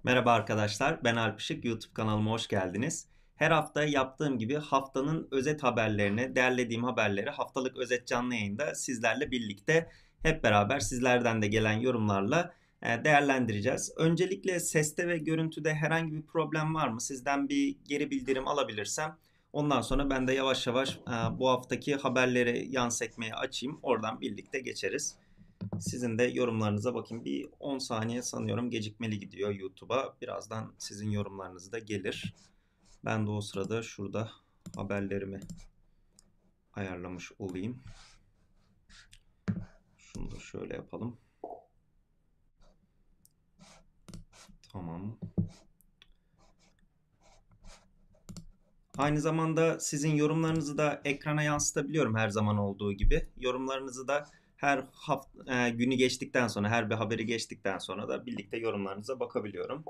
Merhaba arkadaşlar, ben Alp Işık, YouTube kanalıma hoş geldiniz. Her hafta yaptığım gibi haftanın özet haberlerini, derlediğim haberleri haftalık özet canlı yayında sizlerle birlikte hep beraber sizlerden de gelen yorumlarla değerlendireceğiz. Öncelikle seste ve görüntüde herhangi bir problem var mı? Sizden bir geri bildirim alabilirsem ondan sonra ben de yavaş yavaş bu haftaki haberleri yansıtmaya açayım. Oradan birlikte geçeriz. Sizin de yorumlarınıza bakayım. Bir 10 saniye sanıyorum gecikmeli gidiyor YouTube'a. Birazdan sizin yorumlarınız da gelir. Ben de o sırada şurada haberlerimi ayarlamış olayım. Şunu da şöyle yapalım. Tamam. Aynı zamanda sizin yorumlarınızı da ekrana yansıtabiliyorum her zaman olduğu gibi. Yorumlarınızı da her hafta günü geçtikten sonra, her bir haberi geçtikten sonra da birlikte yorumlarınıza bakabiliyorum.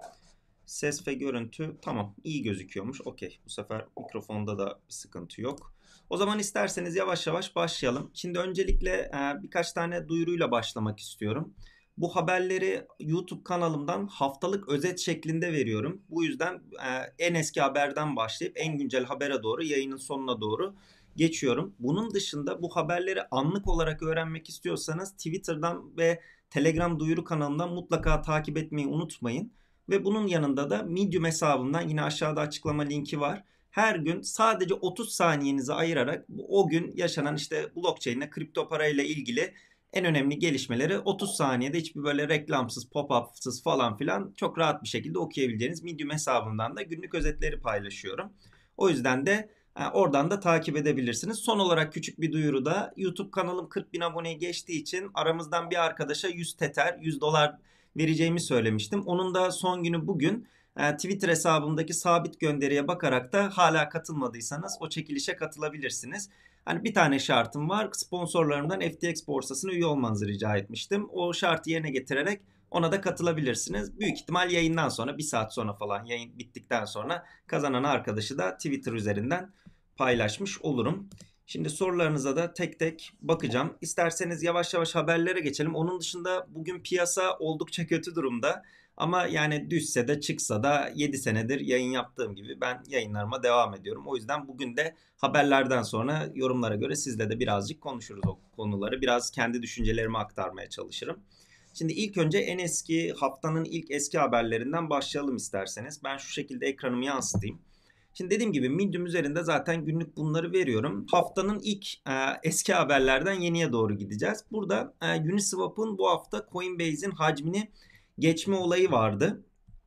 Ses ve görüntü tamam iyi gözüküyormuş. Okey. Bu sefer mikrofonda da bir sıkıntı yok. O zaman isterseniz yavaş yavaş başlayalım. Şimdi öncelikle birkaç tane duyuruyla başlamak istiyorum. Bu haberleri YouTube kanalımdan haftalık özet şeklinde veriyorum. Bu yüzden en eski haberden başlayıp en güncel habere doğru yayının sonuna doğru geçiyorum. Bunun dışında bu haberleri anlık olarak öğrenmek istiyorsanız Twitter'dan ve Telegram duyuru kanalımdan mutlaka takip etmeyi unutmayın. Ve bunun yanında da Medium hesabımdan yine aşağıda açıklama linki var. Her gün sadece 30 saniyenizi ayırarak o gün yaşanan işte blockchain ile kripto parayla ilgili en önemli gelişmeleri 30 saniyede hiçbir böyle reklamsız, pop-up'sız falan filan çok rahat bir şekilde okuyabileceğiniz Medium hesabımdan da günlük özetleri paylaşıyorum. O yüzden de oradan da takip edebilirsiniz. Son olarak küçük bir duyuru da YouTube kanalım 40 bin aboneye geçtiği için aramızdan bir arkadaşa 100 Tether, 100 dolar vereceğimi söylemiştim. Onun da son günü bugün. Twitter hesabımdaki sabit gönderiye bakarak da hala katılmadıysanız o çekilişe katılabilirsiniz. Hani bir tane şartım var. Sponsorlarımdan FTX borsasına üye olmanızı rica etmiştim. O şartı yerine getirerek ona da katılabilirsiniz. Büyük ihtimal yayından sonra bir saat sonra falan yayın bittikten sonra kazanan arkadaşı da Twitter üzerinden paylaşmış olurum. Şimdi sorularınıza da tek tek bakacağım. İsterseniz yavaş yavaş haberlere geçelim. Onun dışında bugün piyasa oldukça kötü durumda. Ama yani düşse de çıksa da 7 senedir yayın yaptığım gibi ben yayınlarıma devam ediyorum. O yüzden bugün de haberlerden sonra yorumlara göre sizle de birazcık konuşuruz o konuları. Biraz kendi düşüncelerimi aktarmaya çalışırım. Şimdi ilk önce en eski haftanın ilk eski haberlerinden başlayalım isterseniz. Ben şu şekilde ekranımı yansıtayım. Şimdi dediğim gibi Medium üzerinde zaten günlük bunları veriyorum. Haftanın ilk eski haberlerden yeniye doğru gideceğiz. Burada Uniswap'ın bu hafta Coinbase'in hacmini geçme olayı vardı.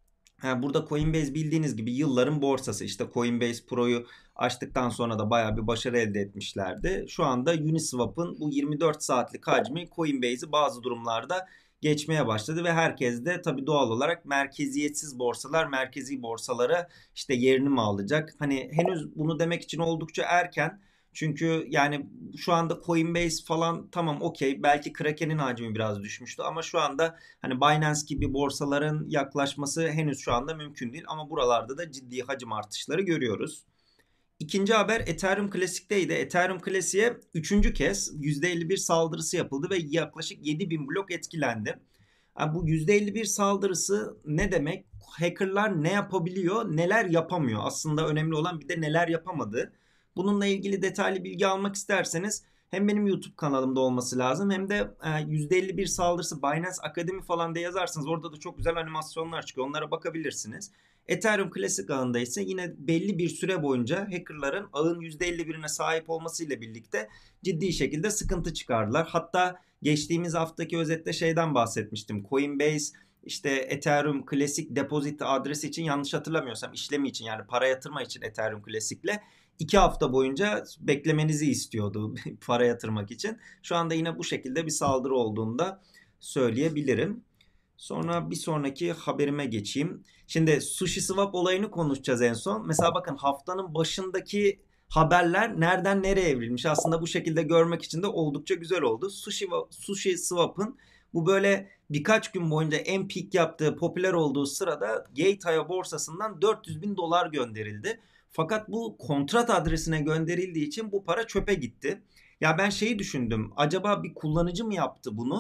Burada Coinbase bildiğiniz gibi yılların borsası. İşte Coinbase Pro'yu açtıktan sonra da bayağı bir başarı elde etmişlerdi. Şu anda Uniswap'ın bu 24 saatlik hacmi Coinbase'i bazı durumlarda geçmeye başladı ve herkes de tabii doğal olarak merkeziyetsiz borsalar merkezi borsalara işte yerini mi alacak? Hani henüz bunu demek için oldukça erken. Çünkü yani şu anda Coinbase falan tamam okey belki Kraken'in hacmi biraz düşmüştü ama şu anda hani Binance gibi borsaların yaklaşması henüz şu anda mümkün değil ama buralarda da ciddi hacim artışları görüyoruz. İkinci haber Ethereum Classic'teydi. Ethereum Classic'e üçüncü kez %51 saldırısı yapıldı ve yaklaşık 7.000 blok etkilendi. Yani bu %51 saldırısı ne demek? Hackerlar ne yapabiliyor, neler yapamıyor? Aslında önemli olan bir de neler yapamadı. Bununla ilgili detaylı bilgi almak isterseniz hem benim YouTube kanalımda olması lazım hem de %51 saldırısı Binance Akademi falan diye yazarsınız. Orada da çok güzel animasyonlar çıkıyor. Onlara bakabilirsiniz. Ethereum klasik ağında ise yine belli bir süre boyunca hackerların ağın %51'ine sahip olmasıyla birlikte ciddi şekilde sıkıntı çıkardılar. Hatta geçtiğimiz haftaki özette şeyden bahsetmiştim. Coinbase işte Ethereum klasik depozit adresi için yanlış hatırlamıyorsam işlemi için yani para yatırma için Ethereum klasikle 2 hafta boyunca beklemenizi istiyordu para yatırmak için. Şu anda yine bu şekilde bir saldırı olduğunu da söyleyebilirim. Sonra bir sonraki haberime geçeyim. Şimdi Sushi Swap olayını konuşacağız en son. Mesela bakın haftanın başındaki haberler nereden nereye evrilmiş. Aslında bu şekilde görmek için de oldukça güzel oldu. Sushi Swap'ın bu böyle birkaç gün boyunca en peak yaptığı, popüler olduğu sırada Gateway borsasından 400 bin dolar gönderildi. Fakat bu kontrat adresine gönderildiği için bu para çöpe gitti. Ya ben şeyi düşündüm. Acaba bir kullanıcı mı yaptı bunu?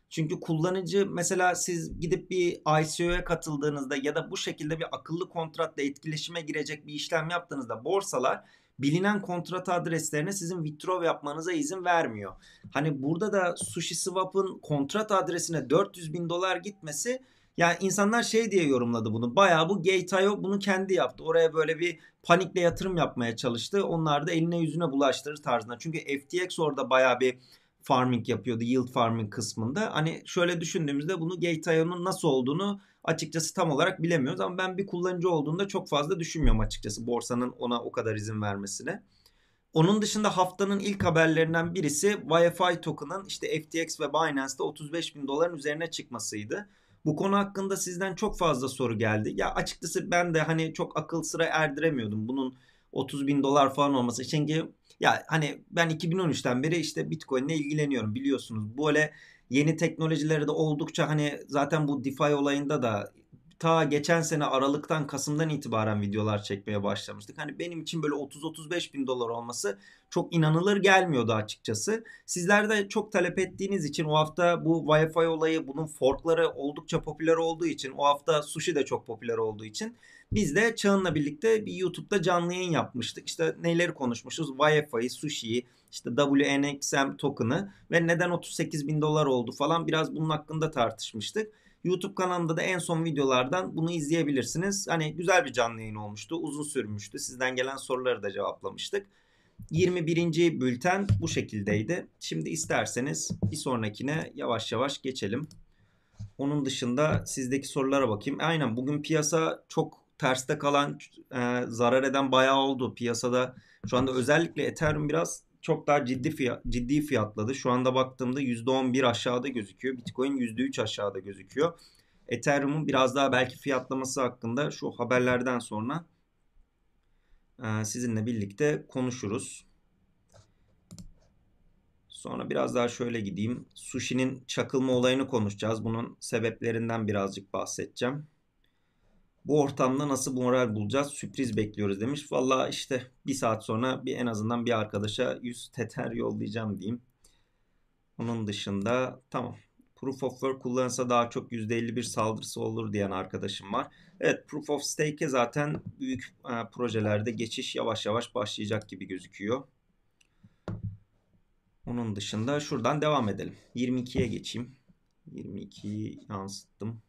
Çünkü kullanıcı mesela siz gidip bir ICO'ya katıldığınızda ya da bu şekilde bir akıllı kontratla etkileşime girecek bir işlem yaptığınızda borsalar bilinen kontrat adreslerine sizin withdraw yapmanıza izin vermiyor. Hani burada da SushiSwap'ın kontrat adresine 400 bin dolar gitmesi, yani insanlar şey diye yorumladı bunu. Bayağı bu Gate.io bunu kendi yaptı. Oraya böyle bir panikle yatırım yapmaya çalıştı. Onlar da eline yüzüne bulaştırır tarzında. Çünkü FTX orada bayağı bir farming yapıyordu, yield farming kısmında. Hani şöyle düşündüğümüzde bunu Gate.io'nun nasıl olduğunu açıkçası tam olarak bilemiyoruz. Ama ben bir kullanıcı olduğunda çok fazla düşünmüyorum açıkçası borsanın ona o kadar izin vermesine. Onun dışında haftanın ilk haberlerinden birisi YFI token'ın işte FTX ve Binance'da 35 bin doların üzerine çıkmasıydı. Bu konu hakkında sizden çok fazla soru geldi. Ya açıkçası ben de hani çok akıl sıra erdiremiyordum bunun 30 bin dolar falan olması. Çünkü ya hani ben 2013'ten beri işte Bitcoin ile ilgileniyorum biliyorsunuz. Böyle yeni teknolojileri de oldukça hani zaten bu DeFi olayında da ta geçen sene Aralık'tan Kasım'dan itibaren videolar çekmeye başlamıştık. Hani benim için böyle 30-35 bin dolar olması çok inanılır gelmiyordu açıkçası. Sizler de çok talep ettiğiniz için o hafta bu Wi-Fi olayı, bunun forkları oldukça popüler olduğu için, o hafta sushi de çok popüler olduğu için biz de Çağın'la birlikte bir YouTube'da canlı yayın yapmıştık. İşte neleri konuşmuşuz? Wi-Fi'yi, sushi'yi, işte WNXM token'ı ve neden 38 bin dolar oldu falan, biraz bunun hakkında tartışmıştık. YouTube kanalımda da en son videolardan bunu izleyebilirsiniz. Hani güzel bir canlı yayın olmuştu. Uzun sürmüştü. Sizden gelen soruları da cevaplamıştık. 21. bülten bu şekildeydi. Şimdi isterseniz bir sonrakine yavaş yavaş geçelim. Onun dışında sizdeki sorulara bakayım. Aynen, bugün piyasa çok terste kalan, zarar eden bayağı oldu. Piyasada şu anda özellikle Ethereum biraz çok daha ciddi fiyatladı. Şu anda baktığımda %11 aşağıda gözüküyor. Bitcoin %3 aşağıda gözüküyor. Ethereum'un biraz daha belki fiyatlaması hakkında şu haberlerden sonra sizinle birlikte konuşuruz. Sonra biraz daha şöyle gideyim. Sushi'nin çakılma olayını konuşacağız. Bunun sebeplerinden birazcık bahsedeceğim. Bu ortamda nasıl moral bulacağız? Sürpriz bekliyoruz demiş. Valla işte bir saat sonra en azından bir arkadaşa 100 tether yollayacağım diyeyim. Onun dışında tamam. Proof of Work kullanırsa daha çok %51 saldırısı olur diyen arkadaşım var. Evet, Proof of Stake'e zaten büyük projelerde geçiş yavaş yavaş başlayacak gibi gözüküyor. Onun dışında şuradan devam edelim. 22'ye geçeyim. 22'yi yansıttım.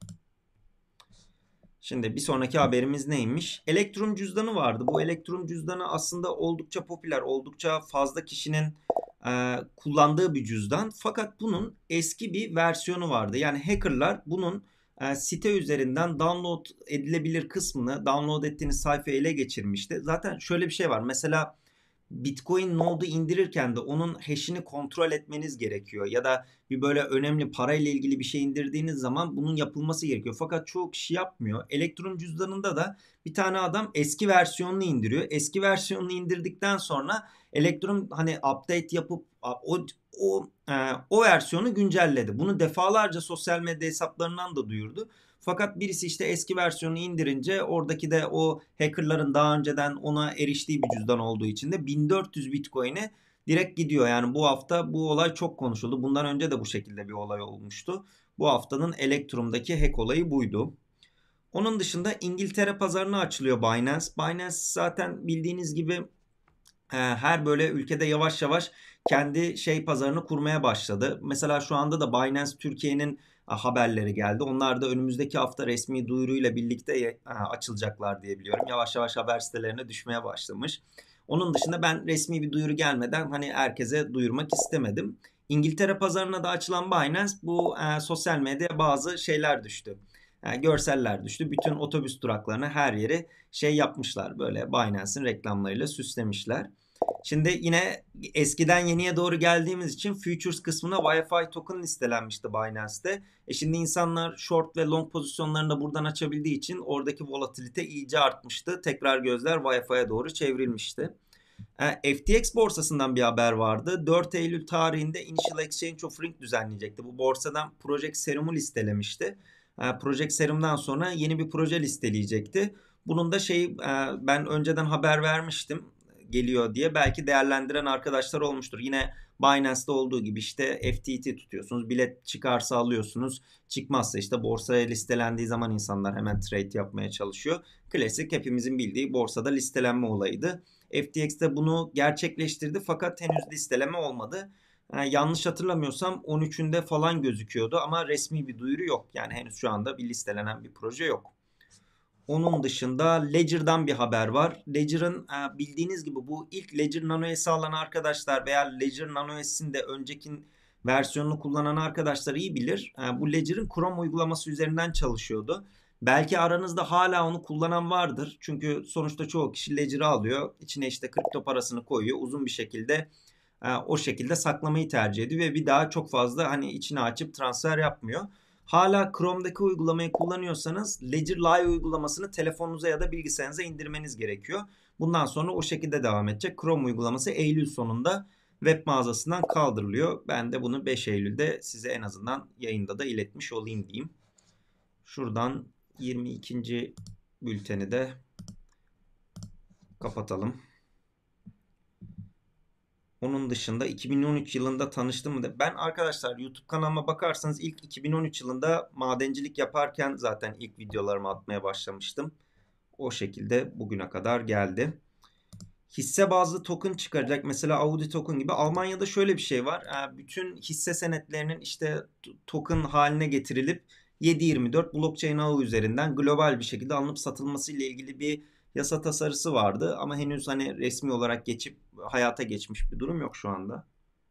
Şimdi bir sonraki haberimiz neymiş? Electrum cüzdanı vardı. Bu Electrum cüzdanı aslında oldukça popüler, oldukça fazla kişinin kullandığı bir cüzdan. Fakat bunun eski bir versiyonu vardı. Yani hackerlar bunun site üzerinden download edilebilir kısmını, download ettiğiniz sayfayı ele geçirmişti. Zaten şöyle bir şey var. Mesela Bitcoin Node'u indirirken de onun hash'ini kontrol etmeniz gerekiyor. Ya da bir böyle önemli parayla ilgili bir şey indirdiğiniz zaman bunun yapılması gerekiyor. Fakat çoğu kişi yapmıyor. Elektron cüzdanında da bir tane adam eski versiyonunu indiriyor. Eski versiyonunu indirdikten sonra Elektron hani update yapıp o versiyonu güncelledi. Bunu defalarca sosyal medya hesaplarından da duyurdu. Fakat birisi işte eski versiyonu indirince oradaki de o hackerların daha önceden ona eriştiği bir cüzdan olduğu için de 1400 Bitcoin'e direkt gidiyor. Yani bu hafta bu olay çok konuşuldu. Bundan önce de bu şekilde bir olay olmuştu. Bu haftanın Electrum'daki hack olayı buydu. Onun dışında İngiltere pazarına açılıyor Binance. Binance zaten bildiğiniz gibi her böyle ülkede yavaş yavaş kendi pazarını kurmaya başladı. Mesela şu anda da Binance Türkiye'nin haberleri geldi. Onlar da önümüzdeki hafta resmi duyuruyla birlikte açılacaklar diye biliyorum. Yavaş yavaş haber sitelerine düşmeye başlamış. Onun dışında ben resmi bir duyuru gelmeden hani herkese duyurmak istemedim. İngiltere pazarına da açılan Binance, bu sosyal medyaya bazı şeyler düştü. Görseller düştü. Bütün otobüs duraklarına her yeri yapmışlar. Böyle Binance'in reklamlarıyla süslemişler. Şimdi yine eskiden yeniye doğru geldiğimiz için futures kısmına Wi-Fi token listelenmişti Binance'te. Şimdi insanlar short ve long pozisyonlarını da buradan açabildiği için oradaki volatilite iyice artmıştı. Tekrar gözler Wi-Fi'ye doğru çevrilmişti. FTX borsasından bir haber vardı. 4 Eylül tarihinde Initial Exchange Offering düzenleyecekti. Bu borsadan Project Serum'u listelemişti. Project Serum'dan sonra yeni bir proje listeleyecekti. Bunun da ben önceden haber vermiştim. geliyor diye belki değerlendiren arkadaşlar olmuştur. Yine Binance'da olduğu gibi işte FTT tutuyorsunuz. Bilet çıkarsa alıyorsunuz. Çıkmazsa işte borsaya listelendiği zaman insanlar hemen trade yapmaya çalışıyor. Klasik hepimizin bildiği borsada listelenme olayıydı. FTX de bunu gerçekleştirdi fakat henüz listeleme olmadı. Yanlış hatırlamıyorsam 13'ünde falan gözüküyordu ama resmi bir duyuru yok. Yani henüz şu anda bir listelenen bir proje yok. Onun dışında Ledger'dan bir haber var. Ledger'ın bildiğiniz gibi bu ilk Ledger Nano S'i alan arkadaşlar veya Ledger Nano S'in de önceki versiyonunu kullanan arkadaşlar iyi bilir. Bu Ledger'ın Chrome uygulaması üzerinden çalışıyordu. Belki aranızda hala onu kullanan vardır. Çünkü sonuçta çoğu kişi Ledger'ı alıyor. İçine işte kripto parasını koyuyor. Uzun bir şekilde o şekilde saklamayı tercih ediyor ve bir daha çok fazla hani içine açıp transfer yapmıyor. Hala Chrome'daki uygulamayı kullanıyorsanız Ledger Live uygulamasını telefonunuza ya da bilgisayarınıza indirmeniz gerekiyor. Bundan sonra o şekilde devam edecek. Chrome uygulaması Eylül sonunda web mağazasından kaldırılıyor. Ben de bunu 5 Eylül'de size en azından yayında da iletmiş olayım diyeyim. Şuradan 22. bülteni de kapatalım. Onun dışında 2013 yılında tanıştım mı? Ben arkadaşlar YouTube kanalıma bakarsanız ilk 2013 yılında madencilik yaparken zaten ilk videolarımı atmaya başlamıştım. O şekilde bugüne kadar geldi. Hisse bazlı token çıkaracak. Mesela Audi token gibi. Almanya'da şöyle bir şey var. Bütün hisse senetlerinin işte token haline getirilip 7/24 blockchain ağı üzerinden global bir şekilde alınıp satılması ile ilgili bir yasa tasarısı vardı. Ama henüz hani resmi olarak geçip hayata geçmiş bir durum yok şu anda.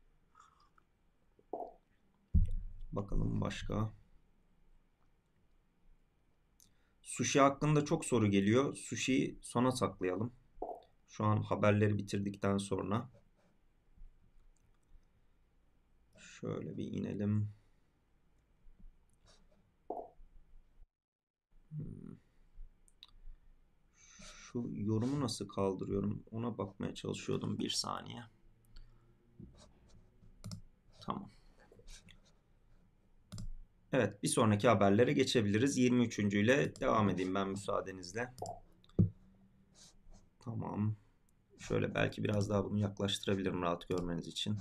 Bakalım başka. Sushi hakkında çok soru geliyor. Sushi'yi sona saklayalım. Şu an haberleri bitirdikten sonra. Şöyle bir inelim. Şu yorumu nasıl kaldırıyorum? Ona bakmaya çalışıyordum. Bir saniye. Tamam. Evet, bir sonraki haberlere geçebiliriz. 23. ile devam edeyim ben müsaadenizle. Tamam. Şöyle belki biraz daha bunu yaklaştırabilirim rahat görmeniz için.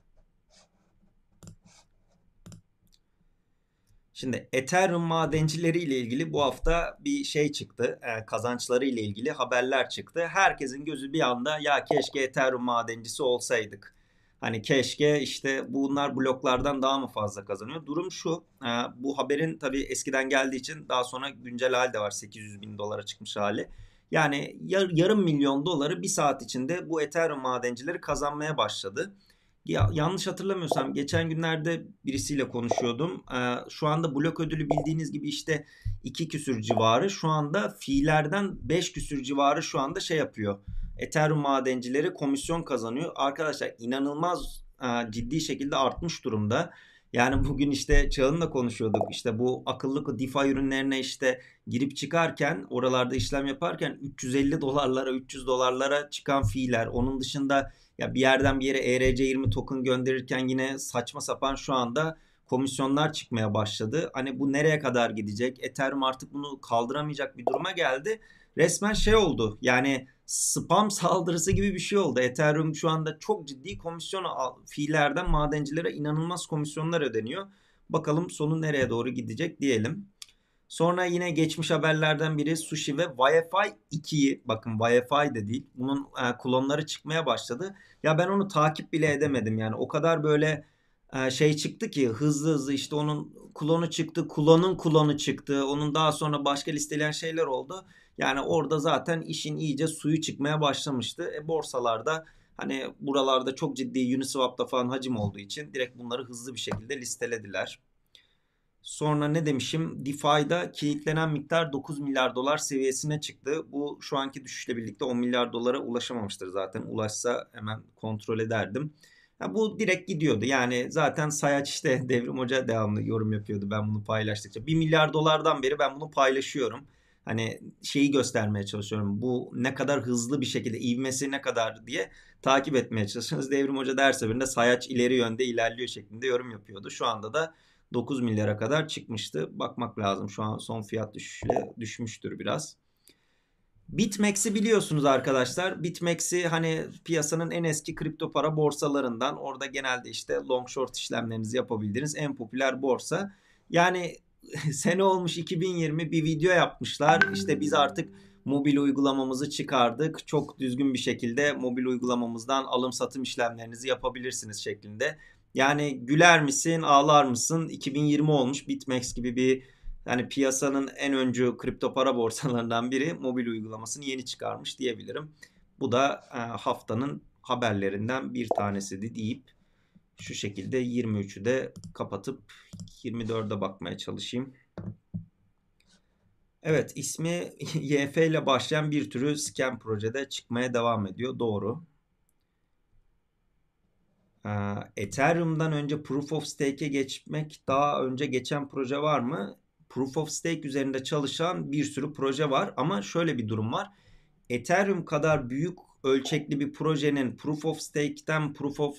Şimdi Ethereum madencileri ile ilgili bu hafta bir şey çıktı. Kazançları ile ilgili haberler çıktı. Herkesin gözü bir anda ya keşke Ethereum madencisi olsaydık. Hani keşke işte bunlar bloklardan daha mı fazla kazanıyor? Durum şu. Bu haberin tabii eskiden geldiği için daha sonra güncel hali de var. 800 bin dolara çıkmış hali. Yani yarım milyon doları bir saat içinde bu Ethereum madencileri kazanmaya başladı. Yanlış hatırlamıyorsam geçen günlerde birisiyle konuşuyordum. Şu anda blok ödülü bildiğiniz gibi işte 2 küsür civarı. Şu anda fiillerden 5 küsür civarı şu anda şey yapıyor. Ethereum madencileri komisyon kazanıyor. Arkadaşlar inanılmaz ciddi şekilde artmış durumda. Yani bugün işte Çağın'la konuşuyorduk. İşte bu akıllı DeFi ürünlerine işte girip çıkarken oralarda işlem yaparken 350 dolarlara 300 dolarlara çıkan fiiller. Onun dışında ya bir yerden bir yere ERC20 token gönderirken yine saçma sapan şu anda komisyonlar çıkmaya başladı. Hani bu nereye kadar gidecek? Ethereum artık bunu kaldıramayacak bir duruma geldi. Resmen şey oldu. Yani spam saldırısı gibi bir şey oldu. Ethereum şu anda çok ciddi komisyon fiillerden madencilere inanılmaz komisyonlar ödeniyor. Bakalım sonu nereye doğru gidecek diyelim. Sonra yine geçmiş haberlerden biri Sushi ve Wi-Fi 2'yi bakın Wi-Fi de değil. Bunun klonları çıkmaya başladı. Ya ben onu takip bile edemedim yani o kadar böyle şey çıktı ki hızlı hızlı işte onun klonu çıktı, klonun klonu çıktı. Onun daha sonra başka listeleyen şeyler oldu. Yani orada zaten işin iyice suyu çıkmaya başlamıştı. Borsalarda hani buralarda çok ciddi Uniswap'ta falan hacim olduğu için direkt bunları hızlı bir şekilde listelediler. Sonra ne demişim? DeFi'da kilitlenen miktar 9 milyar dolar seviyesine çıktı. Bu şu anki düşüşle birlikte 10 milyar dolara ulaşamamıştır zaten. Ulaşsa hemen kontrol ederdim. Ya bu direkt gidiyordu. Yani zaten Sayaç işte Devrim Hoca devamlı yorum yapıyordu ben bunu paylaştıkça. 1 milyar dolardan beri ben bunu paylaşıyorum. Hani şeyi göstermeye çalışıyorum. Bu ne kadar hızlı bir şekilde ivmesi ne kadar diye takip etmeye çalışıyoruz. Devrim Hoca da her seferinde Sayaç ileri yönde ilerliyor şeklinde yorum yapıyordu. Şu anda da 9 milyara kadar çıkmıştı. Bakmak lazım. Şu an son fiyat düşüşüyle düşmüştür biraz. BitMEX'i biliyorsunuz arkadaşlar. BitMEX'i hani piyasanın en eski kripto para borsalarından. Orada genelde işte long short işlemlerinizi yapabildiğiniz en popüler borsa. Yani sene olmuş 2020, bir video yapmışlar. İşte biz artık mobil uygulamamızı çıkardık. Çok düzgün bir şekilde mobil uygulamamızdan alım satım işlemlerinizi yapabilirsiniz şeklinde. Yani güler misin, ağlar mısın? 2020 olmuş, BitMEX gibi bir, yani piyasanın en öncü kripto para borsalarından biri mobil uygulamasını yeni çıkarmış diyebilirim. Bu da haftanın haberlerinden bir tanesiydi deyip şu şekilde 23'ü de kapatıp 24'e bakmaya çalışayım. Evet, ismi YF ile başlayan bir türü scam projede çıkmaya devam ediyor. Doğru. Ethereum'dan önce Proof of Stake'e geçmek, daha önce geçen proje var mı? Proof of Stake üzerinde çalışan bir sürü proje var ama şöyle bir durum var. Ethereum kadar büyük ölçekli bir projenin Proof of Stake'ten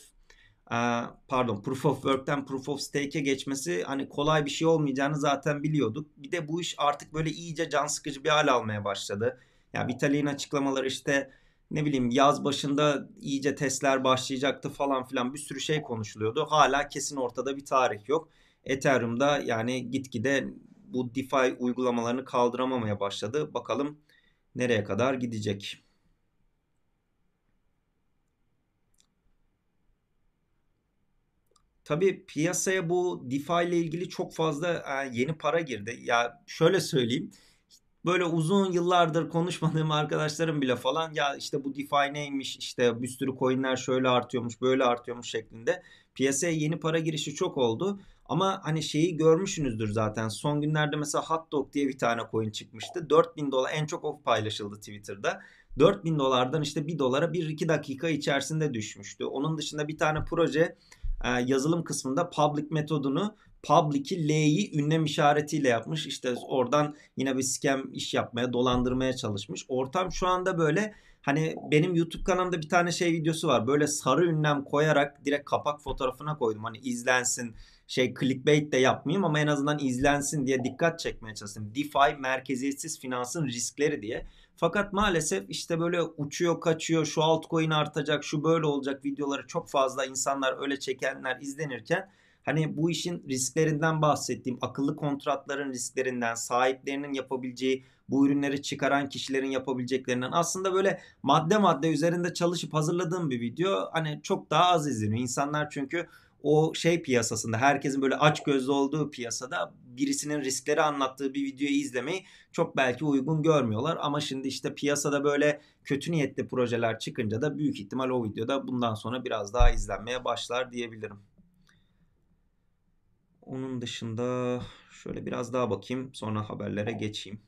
Proof of Work'ten Proof of Stake'e geçmesi hani kolay bir şey olmayacağını zaten biliyorduk. Bir de bu iş artık böyle iyice can sıkıcı bir hal almaya başladı. Ya Vitalik'in açıklamaları işte, ne bileyim, yaz başında iyice testler başlayacaktı falan filan, bir sürü şey konuşuluyordu. Hala kesin ortada bir tarih yok. Ethereum'da yani gitgide bu DeFi uygulamalarını kaldıramamaya başladı. Bakalım nereye kadar gidecek. Tabii piyasaya bu DeFi ile ilgili çok fazla yeni para girdi. Ya şöyle söyleyeyim. Böyle uzun yıllardır konuşmadığım arkadaşlarım bile falan, ya işte bu DeFi neymiş, işte bir sürü coinler şöyle artıyormuş böyle artıyormuş şeklinde piyasaya yeni para girişi çok oldu. Ama hani şeyi görmüşsünüzdür zaten, son günlerde mesela Hotdog diye bir tane coin çıkmıştı. 4.000 dolar, en çok o paylaşıldı Twitter'da. 4.000 dolardan işte 1 dolara 1-2 dakika içerisinde düşmüştü. Onun dışında bir tane proje yazılım kısmında public metodunu public'i L'yi ünlem işaretiyle yapmış. İşte oradan yine bir scam iş yapmaya, dolandırmaya çalışmış. Ortam şu anda böyle, hani benim YouTube kanalımda bir tane şey videosu var. Böyle sarı ünlem koyarak direkt kapak fotoğrafına koydum. Hani izlensin, şey clickbait de yapmayayım ama en azından izlensin diye dikkat çekmeye çalıştım. DeFi, merkeziyetsiz finansın riskleri diye. Fakat maalesef işte böyle uçuyor kaçıyor, şu altcoin artacak, şu böyle olacak videoları çok fazla insanlar, öyle çekenler izlenirken hani bu işin risklerinden bahsettiğim, akıllı kontratların risklerinden, sahiplerinin yapabileceği, bu ürünleri çıkaran kişilerin yapabileceklerinden, aslında böyle madde madde üzerinde çalışıp hazırladığım bir video. Hani çok daha az izleniyor. İnsanlar çünkü o şey piyasasında, herkesin böyle aç gözlü olduğu piyasada birisinin riskleri anlattığı bir videoyu izlemeyi çok belki uygun görmüyorlar. Ama şimdi işte piyasada böyle kötü niyetli projeler çıkınca da büyük ihtimal o videoda bundan sonra biraz daha izlenmeye başlar diyebilirim. Onun dışında şöyle biraz daha bakayım, sonra haberlere geçeyim.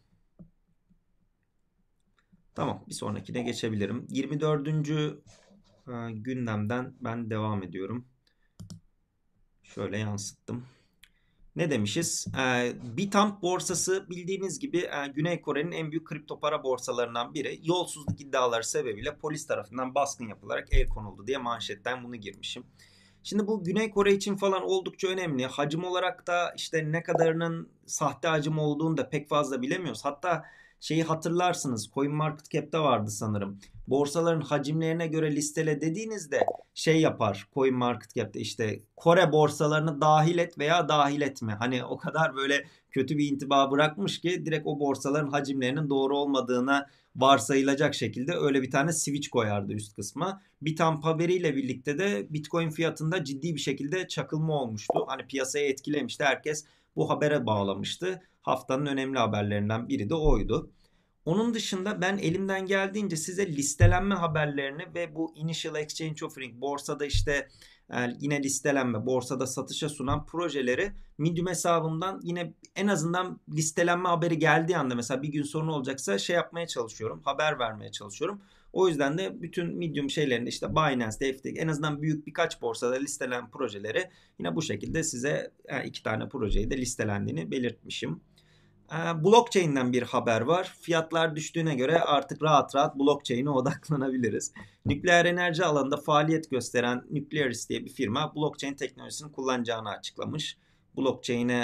Tamam, bir sonrakine geçebilirim. 24. Gündemden ben devam ediyorum. Şöyle yansıttım. Ne demişiz? Bitstamp borsası bildiğiniz gibi Güney Kore'nin en büyük kripto para borsalarından biri. Yolsuzluk iddiaları sebebiyle polis tarafından baskın yapılarak el konuldu diye manşetten bunu girmişim. Şimdi bu Güney Kore için falan oldukça önemli. Hacim olarak da işte ne kadarının sahte hacim olduğunu da pek fazla bilemiyoruz. Hatta şeyi hatırlarsınız, CoinMarketCap'te vardı sanırım. Borsaların hacimlerine göre listele dediğinizde şey yapar CoinMarketCap'te, işte Kore borsalarını dahil et veya dahil etme. Hani o kadar böyle kötü bir intiba bırakmış ki direkt o borsaların hacimlerinin doğru olmadığına varsayılacak şekilde öyle bir tane switch koyardı üst kısma. Bitstamp haberiyle birlikte de Bitcoin fiyatında ciddi bir şekilde çakılma olmuştu. Hani piyasayı etkilemişti. Herkes bu habere bağlamıştı. Haftanın önemli haberlerinden biri de oydu. Onun dışında ben elimden geldiğince size listelenme haberlerini ve bu Initial Exchange Offering, borsada işte yine listelenme, borsada satışa sunan projeleri Medium hesabımdan yine en azından listelenme haberi geldiği anda, mesela bir gün sonra olacaksa şey yapmaya çalışıyorum, haber vermeye çalışıyorum. O yüzden de bütün Medium şeylerinde işte Binance, FTX, en azından büyük birkaç borsada listelen projeleri yine bu şekilde size iki tane projeyi de listelendiğini belirtmişim. Blockchain'den bir haber var. Fiyatlar düştüğüne göre artık rahat rahat blockchain'e odaklanabiliriz. Nükleer enerji alanında faaliyet gösteren Nuclearis diye bir firma blockchain teknolojisini kullanacağını açıklamış. Blockchain'e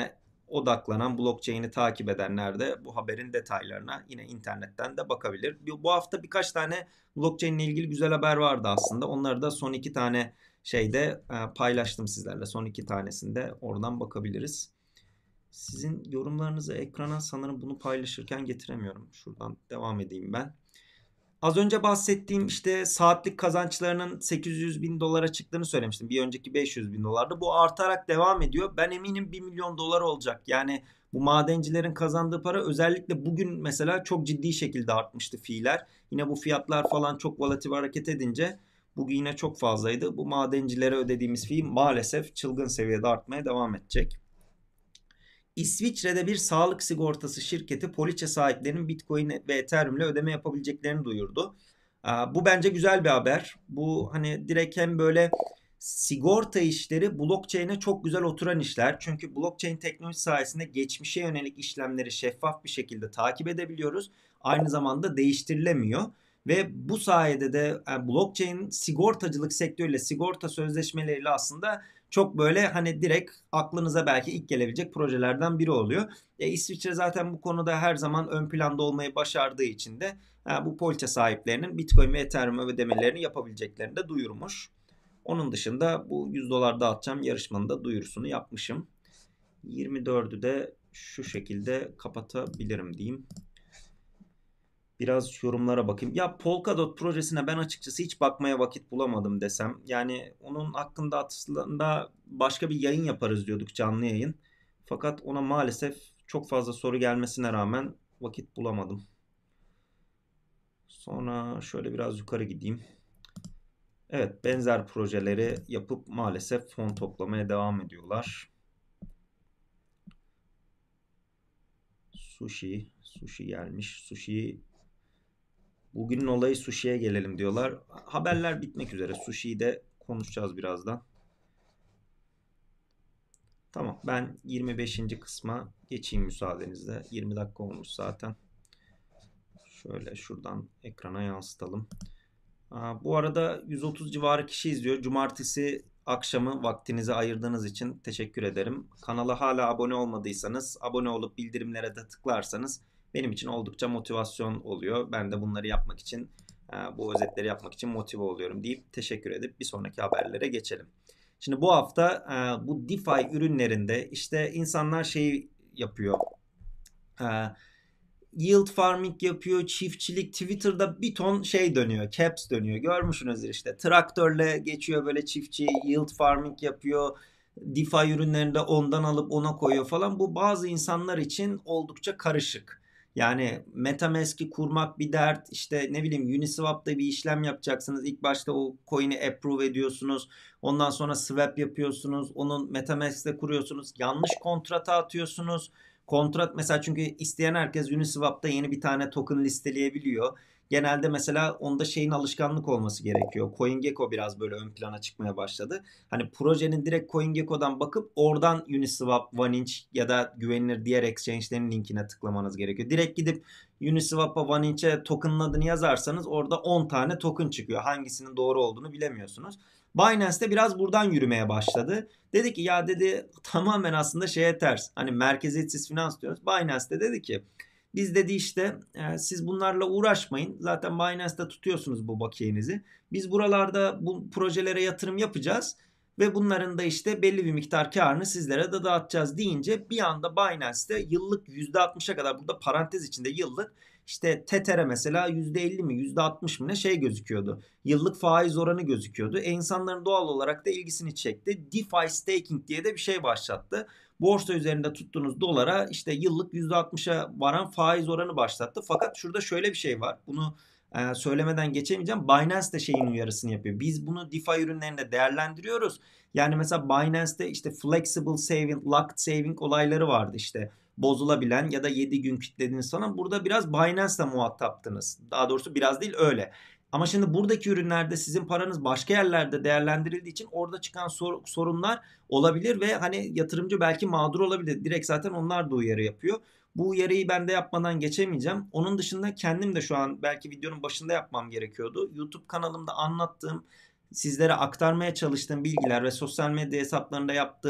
odaklanan, blockchain'i takip edenler de bu haberin detaylarına yine internetten de bakabilir. Bu hafta birkaç tane blockchain ile ilgili güzel haber vardı aslında. Onları da son 2 tane şeyde paylaştım sizlerle. Son 2 tanesinde oradan bakabiliriz. Sizin yorumlarınızı ekrana sanırım bunu paylaşırken getiremiyorum. Şuradan devam edeyim ben. Az önce bahsettiğim işte saatlik kazançlarının 800 bin dolara çıktığını söylemiştim. Bir önceki 500 bin dolardı. Bu artarak devam ediyor. Ben eminim 1 milyon dolar olacak. Yani bu madencilerin kazandığı para özellikle bugün mesela çok ciddi şekilde artmıştı fiiller. Yine bu fiyatlar falan çok volatil hareket edince bugün yine çok fazlaydı. Bu madencilere ödediğimiz fee maalesef çılgın seviyede artmaya devam edecek. İsviçre'de bir sağlık sigortası şirketi poliçe sahiplerinin Bitcoin ve Ethereum ile ödeme yapabileceklerini duyurdu. Bu bence güzel bir haber. Bu hani direkt hem böyle sigorta işleri blockchain'e çok güzel oturan işler. Çünkü blockchain teknolojisi sayesinde geçmişe yönelik işlemleri şeffaf bir şekilde takip edebiliyoruz. Aynı zamanda değiştirilemiyor. Ve bu sayede de blockchain sigortacılık sektörüyle, sigorta sözleşmeleriyle aslında çok böyle hani direkt aklınıza belki ilk gelebilecek projelerden biri oluyor. İsviçre zaten bu konuda her zaman ön planda olmayı başardığı için de bu poliçe sahiplerinin Bitcoin ve Ethereum ödemelerini yapabileceklerini de duyurmuş. Onun dışında bu 100 dolar dağıtacağım yarışmanın da duyurusunu yapmışım. 24'ü de şu şekilde kapatabilirim diyeyim. Biraz yorumlara bakayım. Ya Polkadot projesine ben açıkçası hiç bakmaya vakit bulamadım desem. Yani onun hakkında aslında başka bir yayın yaparız diyorduk, canlı yayın. Fakat ona maalesef çok fazla soru gelmesine rağmen vakit bulamadım. Sonra şöyle biraz yukarı gideyim. Evet, benzer projeleri yapıp maalesef fon toplamaya devam ediyorlar. Sushi gelmiş. Bugünün olayı sushi'ye gelelim diyorlar. Haberler bitmek üzere. Sushi'yi de konuşacağız birazdan. Tamam, ben 25. kısma geçeyim müsaadenizle. 20 dakika olmuş zaten. Şöyle şuradan ekrana yansıtalım. Bu arada 130 civarı kişi izliyor. Cumartesi akşamı vaktinizi ayırdığınız için teşekkür ederim. Kanala hala abone olmadıysanız abone olup bildirimlere de tıklarsanız benim için oldukça motivasyon oluyor. Ben de bunları yapmak için, bu özetleri yapmak için motive oluyorum deyip teşekkür edip bir sonraki haberlere geçelim. Şimdi bu hafta bu DeFi ürünlerinde işte insanlar şey yapıyor. Yield farming yapıyor, çiftçilik, Twitter'da bir ton şey dönüyor, caps dönüyor. Görmüşsünüzdür işte. Traktörle geçiyor böyle çiftçi, yield farming yapıyor. DeFi ürünlerinde ondan alıp ona koyuyor falan. Bu bazı insanlar için oldukça karışık. Yani MetaMask'i kurmak bir dert. İşte ne bileyim Uniswap'ta bir işlem yapacaksınız. İlk başta o coin'i approve ediyorsunuz. Ondan sonra swap yapıyorsunuz. Onun MetaMask'te kuruyorsunuz. Yanlış kontrata atıyorsunuz. Kontrat mesela, çünkü isteyen herkes Uniswap'ta yeni bir tane token listeleyebiliyor. Genelde mesela onda şeyin alışkanlık olması gerekiyor. CoinGecko biraz böyle ön plana çıkmaya başladı. Hani projenin direkt CoinGecko'dan bakıp oradan Uniswap, OneInch ya da güvenilir diğer exchange'lerin linkine tıklamanız gerekiyor. Direkt gidip Uniswap'a, OneInch'e token'ın adını yazarsanız orada 10 tane token çıkıyor. Hangisinin doğru olduğunu bilemiyorsunuz. Binance'de biraz buradan yürümeye başladı. Dedi ki ya dedi tamamen aslında şeye ters. Hani merkeziyetsiz finans diyoruz. Binance'de dedi ki biz dedi işte siz bunlarla uğraşmayın. Zaten Binance'de tutuyorsunuz bu bakiyenizi. Biz buralarda bu projelere yatırım yapacağız. Ve bunların da işte belli bir miktar karını sizlere de dağıtacağız deyince bir anda Binance'de yıllık %60'a kadar, burada parantez içinde yıllık, işte Tether'e mesela %50 mi %60 mı ne şey gözüküyordu. Yıllık faiz oranı gözüküyordu. İnsanların doğal olarak da ilgisini çekti. DeFi staking diye de bir şey başlattı. Borsa üzerinde tuttuğunuz dolara işte yıllık %60'a varan faiz oranı başlattı. Fakat şurada şöyle bir şey var. Bunu söylemeden geçemeyeceğim. Binance de şeyin uyarısını yapıyor. Biz bunu DeFi ürünlerinde değerlendiriyoruz. Yani mesela Binance'de işte flexible saving, locked saving olayları vardı işte. Bozulabilen ya da 7 gün kilitlediğiniz falan. Burada biraz Binance'la muhataptınız. Daha doğrusu biraz değil, öyle. Ama şimdi buradaki ürünlerde sizin paranız başka yerlerde değerlendirildiği için orada çıkan sorunlar olabilir ve hani yatırımcı belki mağdur olabilir. Direkt zaten onlar da uyarı yapıyor. Bu uyarıyı ben de yapmadan geçemeyeceğim. Onun dışında kendim de şu an belki videonun başında yapmam gerekiyordu. YouTube kanalımda anlattığım, sizlere aktarmaya çalıştığım bilgiler ve sosyal medya hesaplarında yaptığım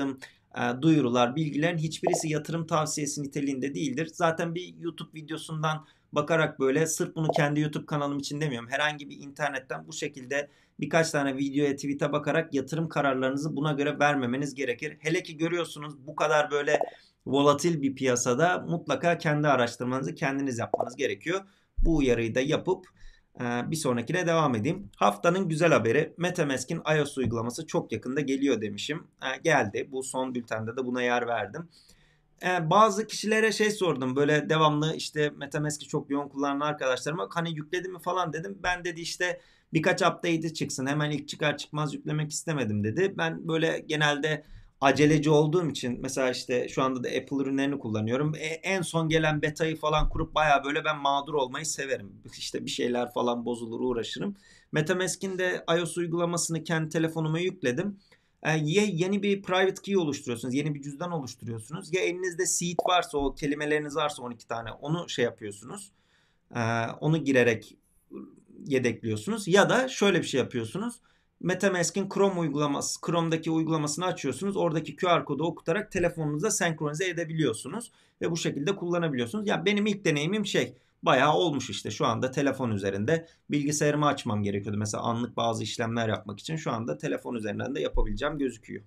duyurular, bilgilerin hiçbirisi yatırım tavsiyesi niteliğinde değildir. Zaten bir YouTube videosundan bakarak böyle, sırf bunu kendi YouTube kanalım için demiyorum, herhangi bir internetten bu şekilde birkaç tane videoya, tweet'e bakarak yatırım kararlarınızı buna göre vermemeniz gerekir. Hele ki görüyorsunuz bu kadar böyle volatil bir piyasada mutlaka kendi araştırmanızı kendiniz yapmanız gerekiyor. Bu uyarıyı da yapıp bir sonrakine devam edeyim. Haftanın güzel haberi, MetaMask'in iOS uygulaması çok yakında geliyor demişim. Geldi. Bu son bültende de buna yer verdim. Bazı kişilere şey sordum, böyle devamlı işte MetaMask'i çok yoğun kullanan arkadaşlarıma, hani yükledi mi falan dedim. Ben dedi işte birkaç update'i çıksın, hemen ilk çıkar çıkmaz yüklemek istemedim dedi. Ben böyle genelde aceleci olduğum için, mesela işte şu anda da Apple ürünlerini kullanıyorum. En son gelen beta'yı falan kurup baya böyle ben mağdur olmayı severim. İşte bir şeyler falan bozulur, uğraşırım. MetaMask'in de iOS uygulamasını kendi telefonuma yükledim. Ya yeni bir private key oluşturuyorsunuz. Yeni bir cüzdan oluşturuyorsunuz. Ya elinizde seed varsa, o kelimeleriniz varsa 12 tane, onu şey yapıyorsunuz. Onu girerek yedekliyorsunuz. Ya da şöyle bir şey yapıyorsunuz. MetaMask'in Chrome uygulaması, Chrome'daki uygulamasını açıyorsunuz. Oradaki QR kodu okutarak telefonunuza senkronize edebiliyorsunuz. Ve bu şekilde kullanabiliyorsunuz. Ya benim ilk deneyimim bayağı olmuş işte. Şu anda telefon üzerinde, bilgisayarımı açmam gerekiyordu mesela anlık bazı işlemler yapmak için. Şu anda telefon üzerinden de yapabileceğim gözüküyor.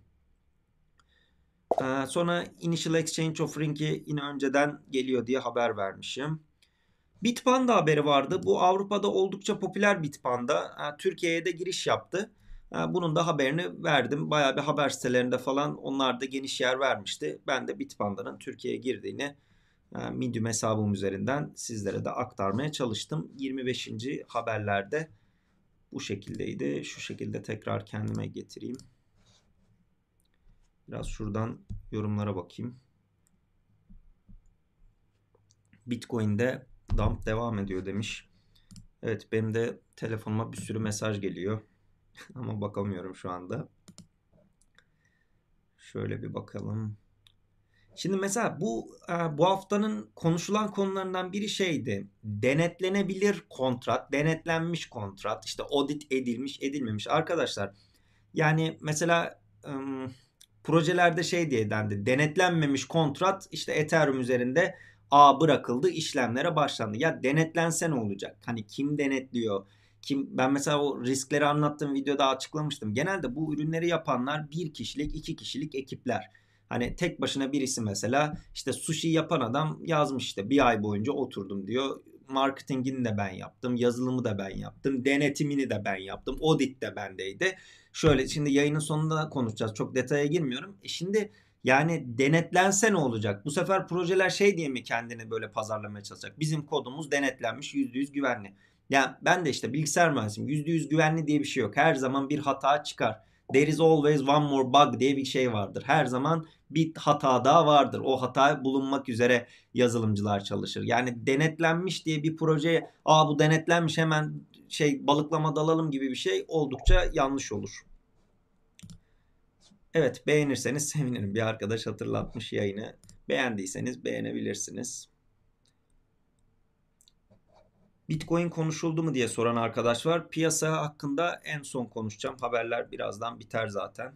Sonra Initial Exchange Offering'i yine önceden geliyor diye haber vermişim. Bitpanda haberi vardı. Bu Avrupa'da oldukça popüler Bitpanda. Türkiye'ye de giriş yaptı. Bunun da haberini verdim. Bayağı bir haber sitelerinde falan onlar da geniş yer vermişti. Ben de Bitpanda'nın Türkiye'ye girdiğini Medium hesabım üzerinden sizlere de aktarmaya çalıştım. 25. haberlerde bu şekildeydi. Şu şekilde tekrar kendime getireyim. Biraz şuradan yorumlara bakayım. Bitcoin'de dump devam ediyor demiş. Evet, benim de telefonuma bir sürü mesaj geliyor. Ama bakamıyorum şu anda. Şöyle bir bakalım. Şimdi mesela bu haftanın konuşulan konularından biri denetlenebilir kontrat, denetlenmiş kontrat, işte audit edilmiş, edilmemiş. Arkadaşlar, yani mesela projelerde diye dendi. Denetlenmemiş kontrat işte Ethereum üzerinde bırakıldı, işlemlere başlandı. Ya denetlense ne olacak? Hani kim denetliyor? Ben mesela o riskleri anlattığım videoda açıklamıştım. Genelde bu ürünleri yapanlar bir kişilik, iki kişilik ekipler. Hani tek başına birisi mesela işte sushi yapan adam yazmış, işte bir ay boyunca oturdum diyor. Marketingini de ben yaptım, yazılımı da ben yaptım, denetimini de ben yaptım, audit de bendeydi. Şöyle, şimdi yayının sonunda konuşacağız. Çok detaya girmiyorum. Şimdi yani denetlense ne olacak? Bu sefer projeler diye mi kendini böyle pazarlamaya çalışacak? Bizim kodumuz denetlenmiş, %100 güvenli. Ya ben de işte bilgisayar mühendisiyim. %100 güvenli diye bir şey yok. Her zaman bir hata çıkar. There is always one more bug diye bir şey vardır. Her zaman bir hata daha vardır. O hata bulunmak üzere yazılımcılar çalışır. Yani denetlenmiş diye bir projeye bu denetlenmiş, hemen balıklama dalalım gibi bir şey oldukça yanlış olur. Evet, beğenirseniz sevinirim. Bir arkadaş hatırlatmış yayını. Beğendiyseniz beğenebilirsiniz. Bitcoin konuşuldu mu diye soran arkadaş var. Piyasa hakkında en son konuşacağım. Haberler birazdan biter zaten.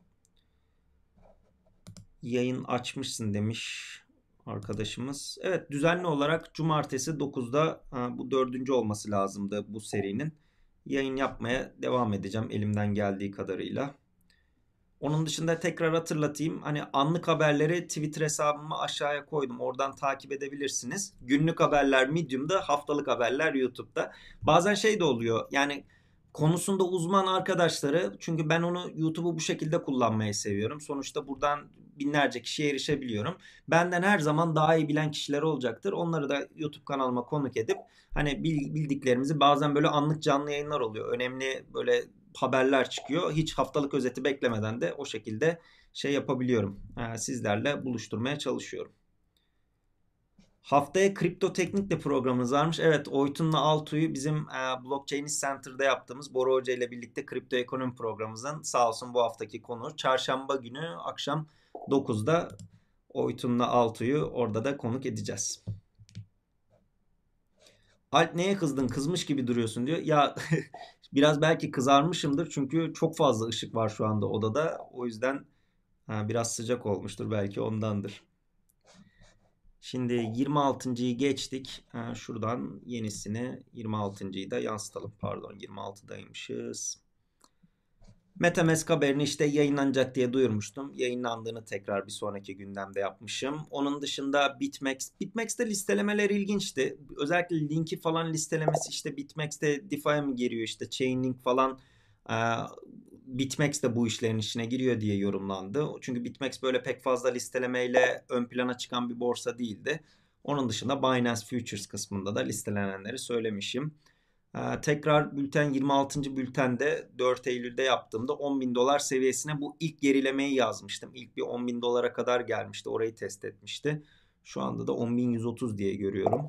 Yayın açmışsın demiş arkadaşımız. Evet, düzenli olarak cumartesi 9'da, bu 4. olması lazımdı bu serinin. Yayın yapmaya devam edeceğim elimden geldiği kadarıyla. Onun dışında tekrar hatırlatayım. Hani anlık haberleri Twitter hesabıma aşağıya koydum. Oradan takip edebilirsiniz. Günlük haberler Medium'da, haftalık haberler YouTube'da. Bazen de oluyor. Yani konusunda uzman arkadaşları, çünkü ben onu YouTube'u bu şekilde kullanmayı seviyorum. Sonuçta buradan binlerce kişiye erişebiliyorum. Benden her zaman daha iyi bilen kişiler olacaktır. Onları da YouTube kanalıma konuk edip hani bildiklerimizi, bazen böyle anlık canlı yayınlar oluyor. Önemli böyle haberler çıkıyor. Hiç haftalık özeti beklemeden de o şekilde yapabiliyorum. Sizlerle buluşturmaya çalışıyorum. Haftaya Kripto Teknik'le programımız varmış. Evet, Oytun'la Altuğ'yu bizim Blockchain Center'da yaptığımız Bora Hoca ile birlikte kripto ekonomi programımızın sağ olsun bu haftaki konu. Çarşamba günü akşam 9'da Oytun'la Altuğ'yu orada da konuk edeceğiz. Alp, neye kızdın? Kızmış gibi duruyorsun diyor. Ya biraz belki kızarmışımdır çünkü çok fazla ışık var şu anda odada. O yüzden Ha, biraz sıcak olmuştur, belki ondandır. Şimdi 26.'yı geçtik. Ha, şuradan yenisini, 26.'yı da yansıtalım. Pardon, 26'daymışız. MetaMask haberini işte yayınlanacak diye duyurmuştum. Yayınlandığını tekrar bir sonraki gündemde yapmışım. Onun dışında Bitmex'te listelemeler ilginçti. Özellikle linki falan listelemesi, işte Bitmex'te DeFi'ye mi giriyor, işte Chainlink falan. Ee, Bitmex de bu işlerin içine giriyor diye yorumlandı. Çünkü Bitmex böyle pek fazla listelemeyle ön plana çıkan bir borsa değildi. Onun dışında Binance Futures kısmında da listelenenleri söylemişim. Tekrar bülten, 26. bültende 4 Eylül'de yaptığımda 10 bin dolar seviyesine bu ilk gerilemeyi yazmıştım. İlk bir 10 bin dolara kadar gelmişti. Orayı test etmişti. Şu anda da 10.130 diye görüyorum.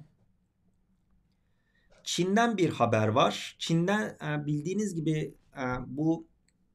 Çin'den bir haber var. Çin'den bildiğiniz gibi bu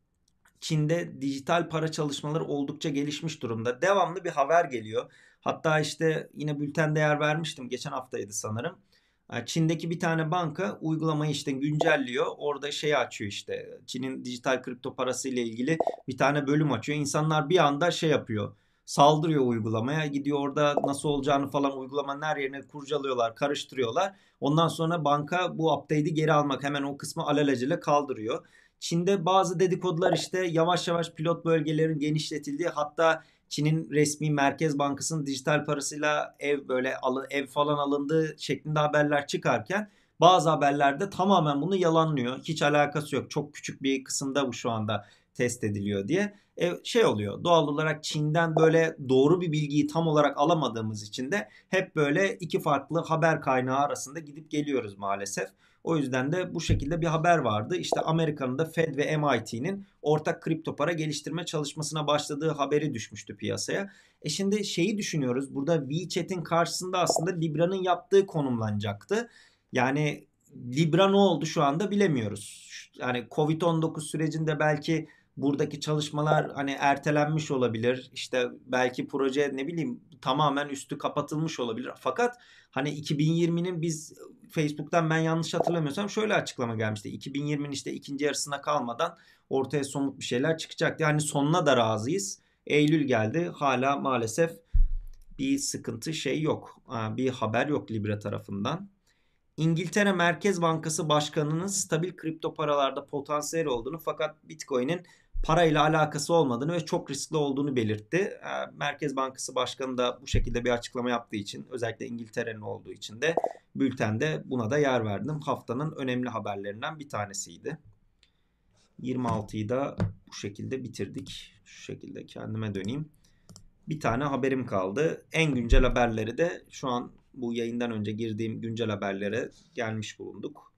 Çin'de dijital para çalışmaları oldukça gelişmiş durumda. Devamlı bir haber geliyor. Hatta işte yine bültende yer vermiştim. Geçen haftaydı sanırım. Çin'deki bir tane banka uygulamayı işte güncelliyor. Orada şey açıyor, işte Çin'in dijital kripto parası ile ilgili bir tane bölüm açıyor. İnsanlar bir anda şey yapıyor. Saldırıyor uygulamaya. Gidiyor orada nasıl olacağını falan uygulamanın her yerine kurcalıyorlar, karıştırıyorlar. Ondan sonra banka bu update'i geri almak, hemen o kısmı alelacele kaldırıyor. Çin'de bazı dedikodular, işte yavaş yavaş pilot bölgelerin genişletildiği, hatta Çin'in resmi Merkez Bankası'nın dijital parasıyla ev falan alındığı şeklinde haberler çıkarken, bazı haberlerde tamamen bunu yalanlıyor. Hiç alakası yok. Çok küçük bir kısımda bu şu anda test ediliyor diye. Şey oluyor. Doğal olarak Çin'den böyle doğru bir bilgiyi tam olarak alamadığımız için de hep böyle iki farklı haber kaynağı arasında gidip geliyoruz maalesef. O yüzden de bu şekilde bir haber vardı. İşte Amerika'nın da Fed ve MIT'nin ortak kripto para geliştirme çalışmasına başladığı haberi düşmüştü piyasaya. Şimdi şeyi düşünüyoruz. Burada WeChat'in karşısında aslında Libra'nın yaptığı konumlanacaktı. Yani Libra ne oldu şu anda bilemiyoruz. Yani Covid-19 sürecinde belki buradaki çalışmalar hani ertelenmiş olabilir. İşte belki proje, ne bileyim, tamamen üstü kapatılmış olabilir. Fakat hani 2020'nin biz Facebook'tan, ben yanlış hatırlamıyorsam, şöyle açıklama gelmişti. 2020'nin işte ikinci yarısına kalmadan ortaya somut bir şeyler çıkacak. Yani sonuna da razıyız. Eylül geldi. Hala maalesef bir sıkıntı şey yok. Bir haber yok Libra tarafından. İngiltere Merkez Bankası Başkanı'nın stabil kripto paralarda potansiyel olduğunu, fakat Bitcoin'in parayla alakası olmadığını ve çok riskli olduğunu belirtti. Merkez Bankası Başkanı da bu şekilde bir açıklama yaptığı için, özellikle İngiltere'nin olduğu için de bültende buna da yer verdim. Haftanın önemli haberlerinden bir tanesiydi. 26'yı da bu şekilde bitirdik. Şu şekilde kendime döneyim. Bir tane haberim kaldı. En güncel haberleri de şu an bu yayından önce girdiğim güncel haberlere gelmiş bulunduk.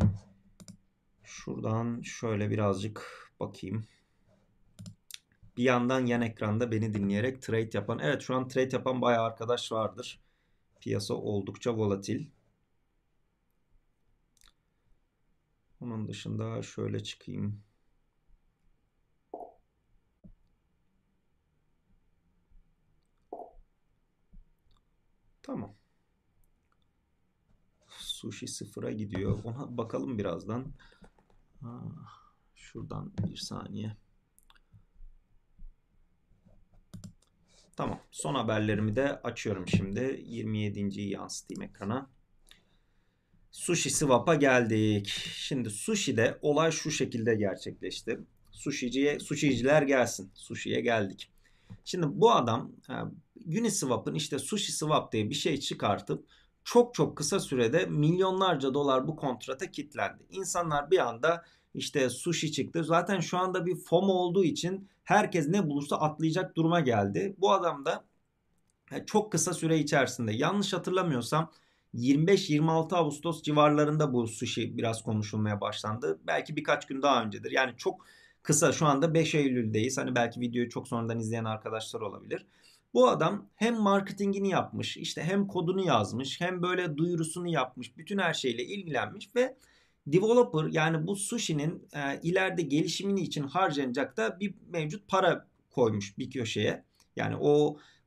Şuradan şöyle birazcık bakayım. Bir yandan yan ekranda beni dinleyerek trade yapan, evet, şu an trade yapan bayağı arkadaş vardır. Piyasa oldukça volatil. Onun dışında şöyle çıkayım. Tamam. Sushi sıfıra gidiyor. Ona bakalım birazdan. Şuradan bir saniye. Tamam. Son haberlerimi de açıyorum şimdi. 27.yi yansıtayım ekrana. Sushi Swap'a geldik. Şimdi Sushi'de olay şu şekilde gerçekleşti. Sushiciler gelsin. Sushi'ye geldik. Şimdi bu adam Uniswap'ın işte Sushi Swap diye bir şey çıkartıp çok çok kısa sürede milyonlarca dolar bu kontrata kilitlendi. İnsanlar bir anda işte sushi çıktı. Zaten şu anda bir FOMO olduğu için herkes ne bulursa atlayacak duruma geldi. Bu adam da çok kısa süre içerisinde, yanlış hatırlamıyorsam 25-26 Ağustos civarlarında bu sushi biraz konuşulmaya başlandı. Belki birkaç gün daha öncedir. Yani çok kısa, şu anda 5 Eylül'deyiz. Hani belki videoyu çok sonradan izleyen arkadaşlar olabilir. Bu adam hem marketingini yapmış, işte hem kodunu yazmış, hem böyle duyurusunu yapmış, bütün her şeyle ilgilenmiş ve developer, yani bu sushi'nin ileride gelişimini için harcanacak da bir mevcut para koymuş bir köşeye. Yani o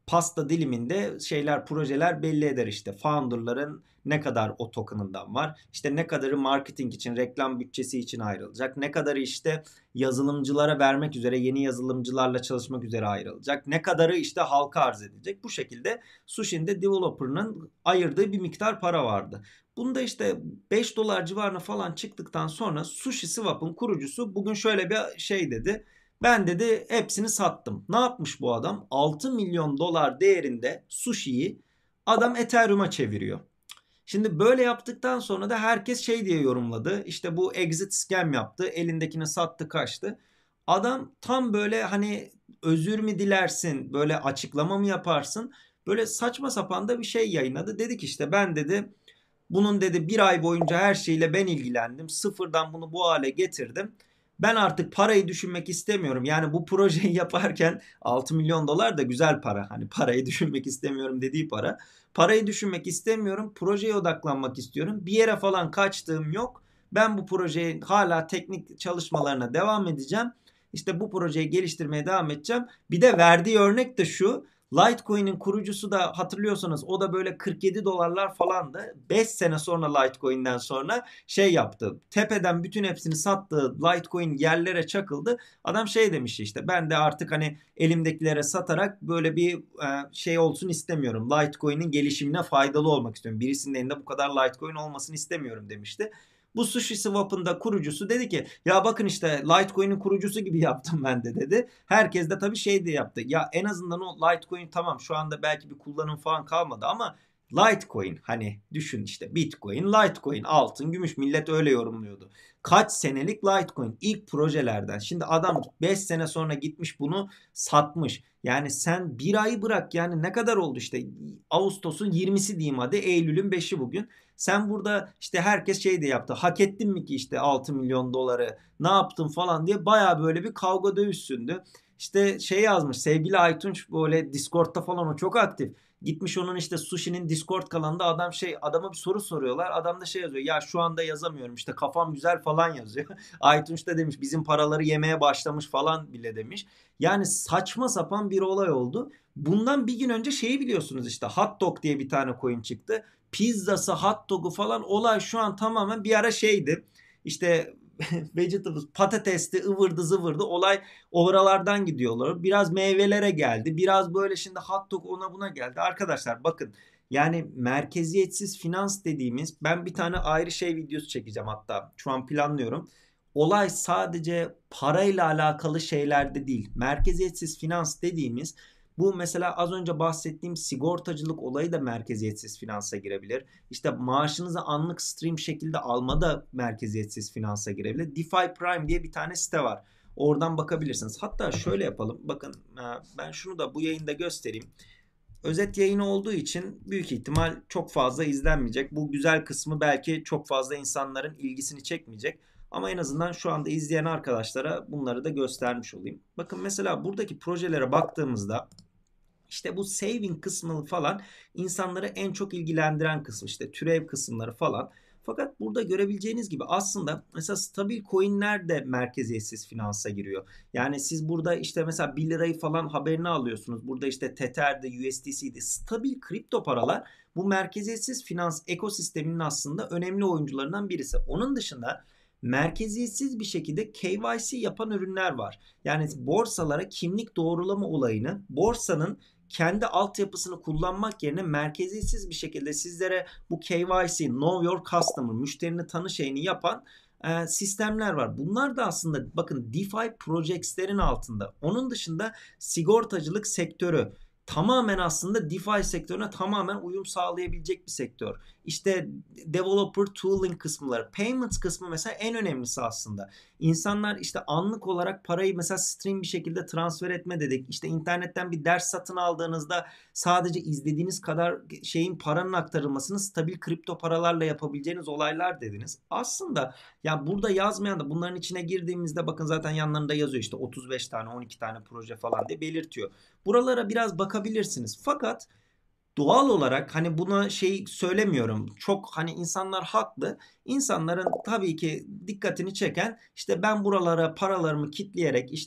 pasta diliminde şeyler, projeler belli eder işte. Founder'ların ne kadar o token'ından var. İşte ne kadarı marketing için, reklam bütçesi için ayrılacak. Ne kadarı işte yazılımcılara vermek üzere, yeni yazılımcılarla çalışmak üzere ayrılacak. Ne kadarı işte halka arz edilecek. Bu şekilde Sushi'nde developer'ın ayırdığı bir miktar para vardı. Bunda işte 5 dolar civarına falan çıktıktan sonra SushiSwap'ın kurucusu bugün şöyle bir şey dedi. Ben dedi hepsini sattım. Ne yapmış bu adam? 6 milyon dolar değerinde Sushi'yi adam Ethereum'a çeviriyor. Şimdi böyle yaptıktan sonra da herkes şey diye yorumladı. İşte bu exit scam yaptı. Elindekini sattı, kaçtı. Adam tam böyle hani özür mü dilersin, böyle açıklama mı yaparsın? Böyle saçma sapan da bir şey yayınladı. Dedik işte ben dedi bunun dedi bir ay boyunca her şeyle ben ilgilendim. Sıfırdan bunu bu hale getirdim. Ben artık parayı düşünmek istemiyorum. Yani bu projeyi yaparken 6 milyon dolar da güzel para. Hani parayı düşünmek istemiyorum dediği para. Parayı düşünmek istemiyorum. Projeye odaklanmak istiyorum. Bir yere falan kaçtığım yok. Ben bu projeyi hala teknik çalışmalarına devam edeceğim. İşte bu projeyi geliştirmeye devam edeceğim. Bir de verdiği örnek de şu. Litecoin'in kurucusu da hatırlıyorsanız o da böyle 47 dolarlar falandı. 5 sene sonra Litecoin'den sonra şey yaptı. Tepeden bütün hepsini sattı. Litecoin yerlere çakıldı. Adam şey demiş işte ben de artık hani elimdekilere satarak böyle bir şey olsun istemiyorum. Litecoin'in gelişimine faydalı olmak istiyorum. Birisinin elinde bu kadar Litecoin olmasını istemiyorum demişti. Bu SushiSwap'ın da kurucusu dedi ki ya bakın işte Litecoin'in kurucusu gibi yaptım ben de dedi. Herkes de tabii şey de yaptı. Ya en azından o Litecoin tamam şu anda belki bir kullanım falan kalmadı ama Litecoin hani düşün işte Bitcoin, Litecoin, altın, gümüş millet öyle yorumluyordu. Kaç senelik Litecoin ilk projelerden. Şimdi adam 5 sene sonra gitmiş bunu satmış. Yani sen bir ayı bırak yani ne kadar oldu işte Ağustos'un 20'si diyeyim hadi Eylül'ün 5'i bugün. Sen burada işte herkes şey de yaptı. Hak ettin mi ki işte 6 milyon doları ne yaptın falan diye baya böyle bir kavga dövüşsündü. İşte şey yazmış sevgili Aytunç böyle Discord'da falan o çok aktif. Gitmiş onun işte Sushi'nin Discord kanalında adam şey adama bir soru soruyorlar. Adam da şey yazıyor ya şu anda yazamıyorum işte kafam güzel falan yazıyor. Aytunç da demiş bizim paraları yemeye başlamış falan bile demiş. Yani saçma sapan bir olay oldu. Bundan bir gün önce şeyi biliyorsunuz işte Hot Dog diye bir tane coin çıktı. Pizzası, hot dog'u falan olay şu an tamamen bir ara şeydi. İşte vegetables, patatesti, ıvırdı zıvırdı olay oralardan gidiyorlar. Biraz meyvelere geldi. Biraz böyle şimdi hot dog ona buna geldi. Arkadaşlar bakın yani merkeziyetsiz finans dediğimiz ben bir tane ayrı şey videosu çekeceğim hatta. Şu an planlıyorum. Olay sadece parayla alakalı şeylerde değil. Merkeziyetsiz finans dediğimiz bu mesela az önce bahsettiğim sigortacılık olayı da merkeziyetsiz finansa girebilir. İşte maaşınızı anlık stream şekilde alma da merkeziyetsiz finansa girebilir. DeFi Prime diye bir tane site var. Oradan bakabilirsiniz. Hatta şöyle yapalım. Bakın ben şunu da bu yayında göstereyim. Özet yayını olduğu için büyük ihtimal çok fazla izlenmeyecek. Bu güzel kısmı belki çok fazla insanların ilgisini çekmeyecek. Ama en azından şu anda izleyen arkadaşlara bunları da göstermiş olayım. Bakın mesela buradaki projelere baktığımızda işte bu saving kısmı falan insanları en çok ilgilendiren kısım işte türev kısımları falan. Fakat burada görebileceğiniz gibi aslında mesela stabil coinler de merkeziyetsiz finansa giriyor. Yani siz burada işte mesela 1 lirayı falan haberini alıyorsunuz. Burada işte Tether'de, USDC'de stabil kripto paralar bu merkeziyetsiz finans ekosisteminin aslında önemli oyuncularından birisi. Onun dışında merkeziyetsiz bir şekilde KYC yapan ürünler var. Yani borsalara kimlik doğrulama olayını borsanın kendi altyapısını kullanmak yerine merkeziyetsiz bir şekilde sizlere bu KYC, Know Your Customer, müşterini tanı şeyini yapan sistemler var. Bunlar da aslında bakın DeFi Projects'lerin altında. Onun dışında sigortacılık sektörü tamamen aslında DeFi sektörüne tamamen uyum sağlayabilecek bir sektör. İşte developer tooling kısımları, payments kısmı mesela en önemlisi aslında. İnsanlar işte anlık olarak parayı mesela stream bir şekilde transfer etme dedik. İşte internetten bir ders satın aldığınızda sadece izlediğiniz kadar şeyin paranın aktarılmasını stabil kripto paralarla yapabileceğiniz olaylar dediniz. Aslında ya burada yazmayan da bunların içine girdiğimizde bakın zaten yanlarında yazıyor işte 35 tane 12 tane proje falan diye belirtiyor. Buralara biraz bakabilirsiniz. Fakat doğal olarak hani buna şey söylemiyorum. Çok hani insanlar haklı. İnsanların tabii ki dikkatini çeken işte ben buralara paralarımı kitleyerek işte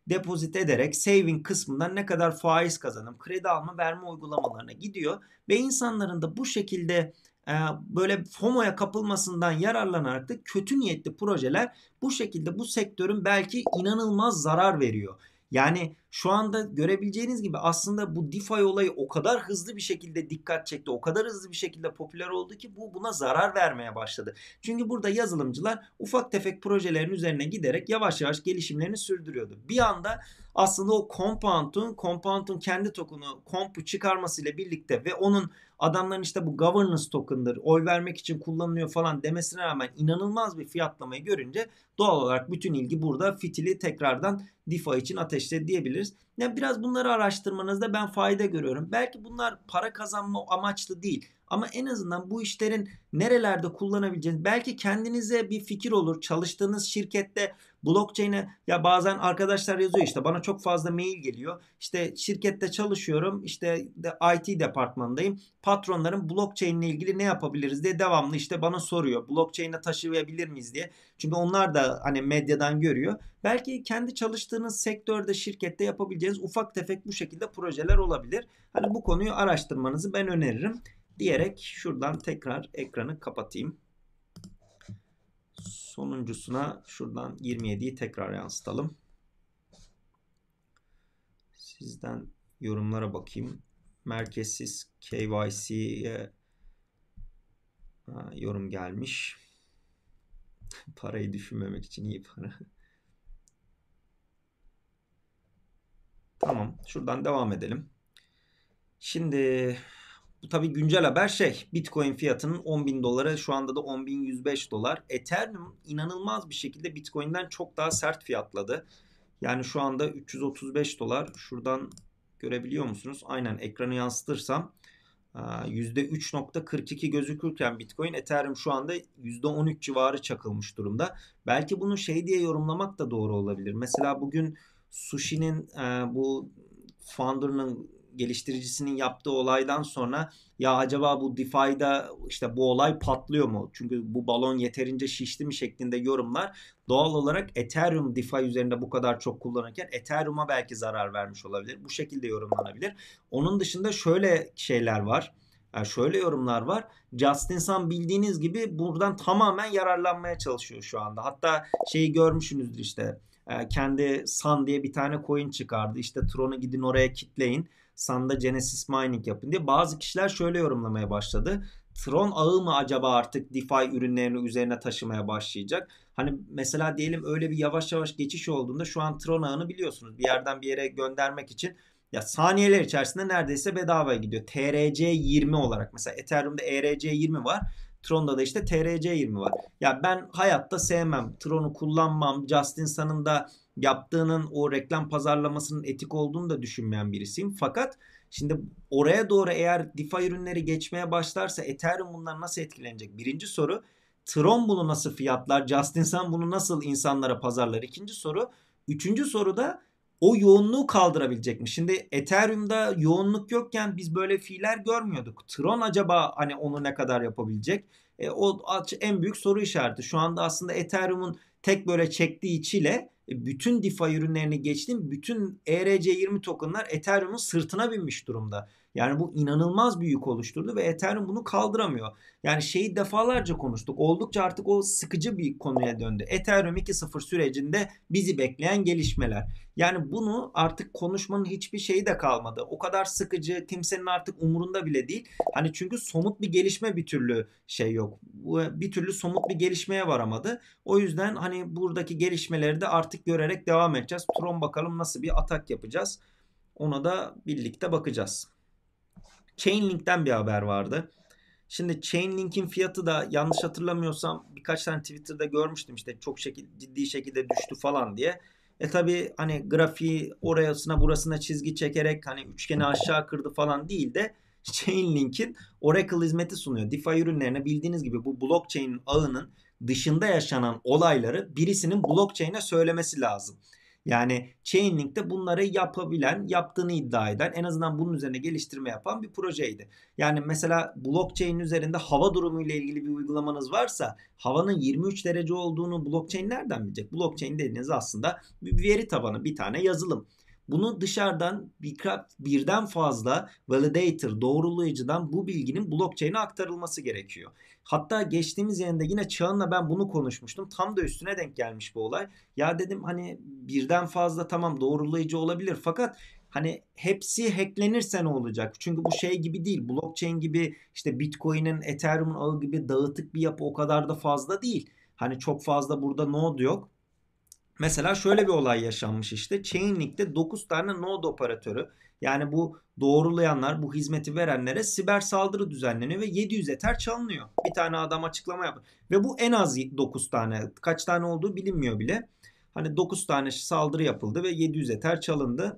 depozit ederek saving kısmından ne kadar faiz kazanım, kredi alma verme uygulamalarına gidiyor ve insanların da bu şekilde böyle FOMO'ya kapılmasından yararlanarak da kötü niyetli projeler bu şekilde bu sektörün belki inanılmaz zarar veriyor. Yani şu anda görebileceğiniz gibi aslında bu DeFi olayı o kadar hızlı bir şekilde dikkat çekti, o kadar hızlı bir şekilde popüler oldu ki bu buna zarar vermeye başladı. Çünkü burada yazılımcılar ufak tefek projelerin üzerine giderek yavaş yavaş gelişimlerini sürdürüyordu. Bir anda aslında o Compound'un kendi token'u Comp'u çıkarmasıyla birlikte ve onun adamların işte bu governance token'dır, oy vermek için kullanılıyor falan demesine rağmen inanılmaz bir fiyatlamayı görünce doğal olarak bütün ilgi burada fitili tekrardan DeFi için ateşledi diyebiliriz. Yani biraz bunları araştırmanızda ben fayda görüyorum. Belki bunlar para kazanma amaçlı değil. Ama en azından bu işlerin nerelerde kullanabileceğiniz, belki kendinize bir fikir olur. Çalıştığınız şirkette blockchain'e, ya bazen arkadaşlar yazıyor, işte bana çok fazla mail geliyor. İşte şirkette çalışıyorum, işte IT departmanındayım. Patronlarım blockchain ile ilgili ne yapabiliriz diye devamlı işte bana soruyor. Blockchain'e taşıyabilir miyiz diye. Çünkü onlar da hani medyadan görüyor. Belki kendi çalıştığınız sektörde, şirkette yapabileceğiniz ufak tefek bu şekilde projeler olabilir. Hani bu konuyu araştırmanızı ben öneririm diyerek şuradan tekrar ekranı kapatayım. Sonuncusuna şuradan 27'yi tekrar yansıtalım. Sizden yorumlara bakayım. Merkezsiz KYC'ye yorum gelmiş. Parayı düşünmemek için iyi para. Tamam. Şuradan devam edelim. Şimdi bu tabii güncel haber Bitcoin fiyatının 10.000 dolara, şu anda da 10.105 dolar. Ethereum inanılmaz bir şekilde Bitcoin'den çok daha sert fiyatladı. Yani şu anda 335 dolar. Şuradan görebiliyor musunuz? Aynen, ekranı yansıtırsam %3.42 gözükürken Bitcoin, Ethereum şu anda %13 civarı çakılmış durumda. Belki bunu diye yorumlamak da doğru olabilir. Mesela bugün Sushi'nin bu founder'ının, geliştiricisinin yaptığı olaydan sonra ya acaba bu DeFi'da işte bu olay patlıyor mu? Çünkü bu balon yeterince şişti mi şeklinde yorumlar doğal olarak Ethereum DeFi üzerinde bu kadar çok kullanırken Ethereum'a belki zarar vermiş olabilir. Bu şekilde yorumlanabilir. Onun dışında şöyle şeyler var. Yani şöyle yorumlar var. Justin Sun bildiğiniz gibi buradan tamamen yararlanmaya çalışıyor şu anda. Hatta görmüşsünüzdür, işte kendi Sun diye bir tane coin çıkardı. İşte Tron'u gidin oraya kitleyin. Sun'da Genesis Mining yapın diye. Bazı kişiler şöyle yorumlamaya başladı. Tron ağı mı acaba artık DeFi ürünlerini üzerine taşımaya başlayacak? Hani mesela diyelim öyle bir yavaş yavaş geçiş olduğunda, şu an Tron ağını biliyorsunuz bir yerden bir yere göndermek için ya saniyeler içerisinde neredeyse bedavaya gidiyor. TRC20 olarak. Mesela Ethereum'da ERC20 var. Tron'da da işte TRC20 var. Ya ben hayatta sevmem. Tron'u kullanmam. Justin Sun'ın da yaptığının o reklam pazarlamasının etik olduğunu da düşünmeyen birisiyim. Fakat şimdi oraya doğru eğer DeFi ürünleri geçmeye başlarsa Ethereum bundan nasıl etkilenecek? Birinci soru. Tron bunu nasıl fiyatlar? Justin Sun bunu nasıl insanlara pazarlar? İkinci soru. Üçüncü soru da o yoğunluğu kaldırabilecek mi? Şimdi Ethereum'da yoğunluk yokken biz böyle fiiller görmüyorduk. Tron acaba hani onu ne kadar yapabilecek? O en büyük soru işareti. Şu anda aslında Ethereum'un tek böyle çektiği içiyle bütün DeFi ürünlerini geçtim. Bütün ERC20 tokenlar Ethereum'un sırtına binmiş durumda. Yani bu inanılmaz bir yük oluşturdu ve Ethereum bunu kaldıramıyor. Yani defalarca konuştuk. Oldukça artık o sıkıcı bir konuya döndü. Ethereum 2.0 sürecinde bizi bekleyen gelişmeler. Yani bunu artık konuşmanın hiçbir şeyi de kalmadı. O kadar sıkıcı, kimsenin artık umurunda bile değil. Hani çünkü somut bir gelişme bir türlü yok. Bir türlü somut bir gelişmeye varamadı. O yüzden hani buradaki gelişmeleri de artık görerek devam edeceğiz. Tron bakalım nasıl bir atak yapacağız. Ona da birlikte bakacağız. Chainlink'ten bir haber vardı. Şimdi Chainlink'in fiyatı da yanlış hatırlamıyorsam birkaç tane Twitter'da görmüştüm, işte çok ciddi şekilde düştü falan diye. Tabi hani grafiği orasına burasına çizgi çekerek hani üçgeni aşağı kırdı falan değil de Chainlink'in Oracle hizmeti sunuyor. DeFi ürünlerine bildiğiniz gibi bu blockchain ağının dışında yaşanan olayları birisinin blockchain'e söylemesi lazım. Yani Chainlink'te bunları yapabilen, yaptığını iddia eden, en azından bunun üzerine geliştirme yapan bir projeydi. Yani mesela blockchain üzerinde hava durumu ile ilgili bir uygulamanız varsa havanın 23 derece olduğunu blockchain nereden bilecek? Blockchain dediğiniz aslında bir veri tabanı, bir tane yazılım. Bunu dışarıdan birden fazla validator, doğrulayıcıdan bu bilginin blockchain'e aktarılması gerekiyor. Hatta geçtiğimiz yayında yine Çağın'la ben bunu konuşmuştum. Tam da üstüne denk gelmiş bu olay. Ya dedim hani birden fazla tamam doğrulayıcı olabilir fakat hani hepsi hacklenirse ne olacak? Çünkü bu şey gibi değil. Blockchain gibi işte Bitcoin'in, Ethereum'un ağı gibi dağıtık bir yapı o kadar da fazla değil. Hani çok fazla burada node yok. Mesela şöyle bir olay yaşanmış işte. Chainlink'te 9 tane node operatörü, yani bu doğrulayanlar, bu hizmeti verenlere siber saldırı düzenleniyor ve 700 Ether çalınıyor. Bir tane adam açıklama yaptı. Ve bu en az 9 tane. Kaç tane olduğu bilinmiyor bile. Hani 9 tane saldırı yapıldı ve 700 Ether çalındı.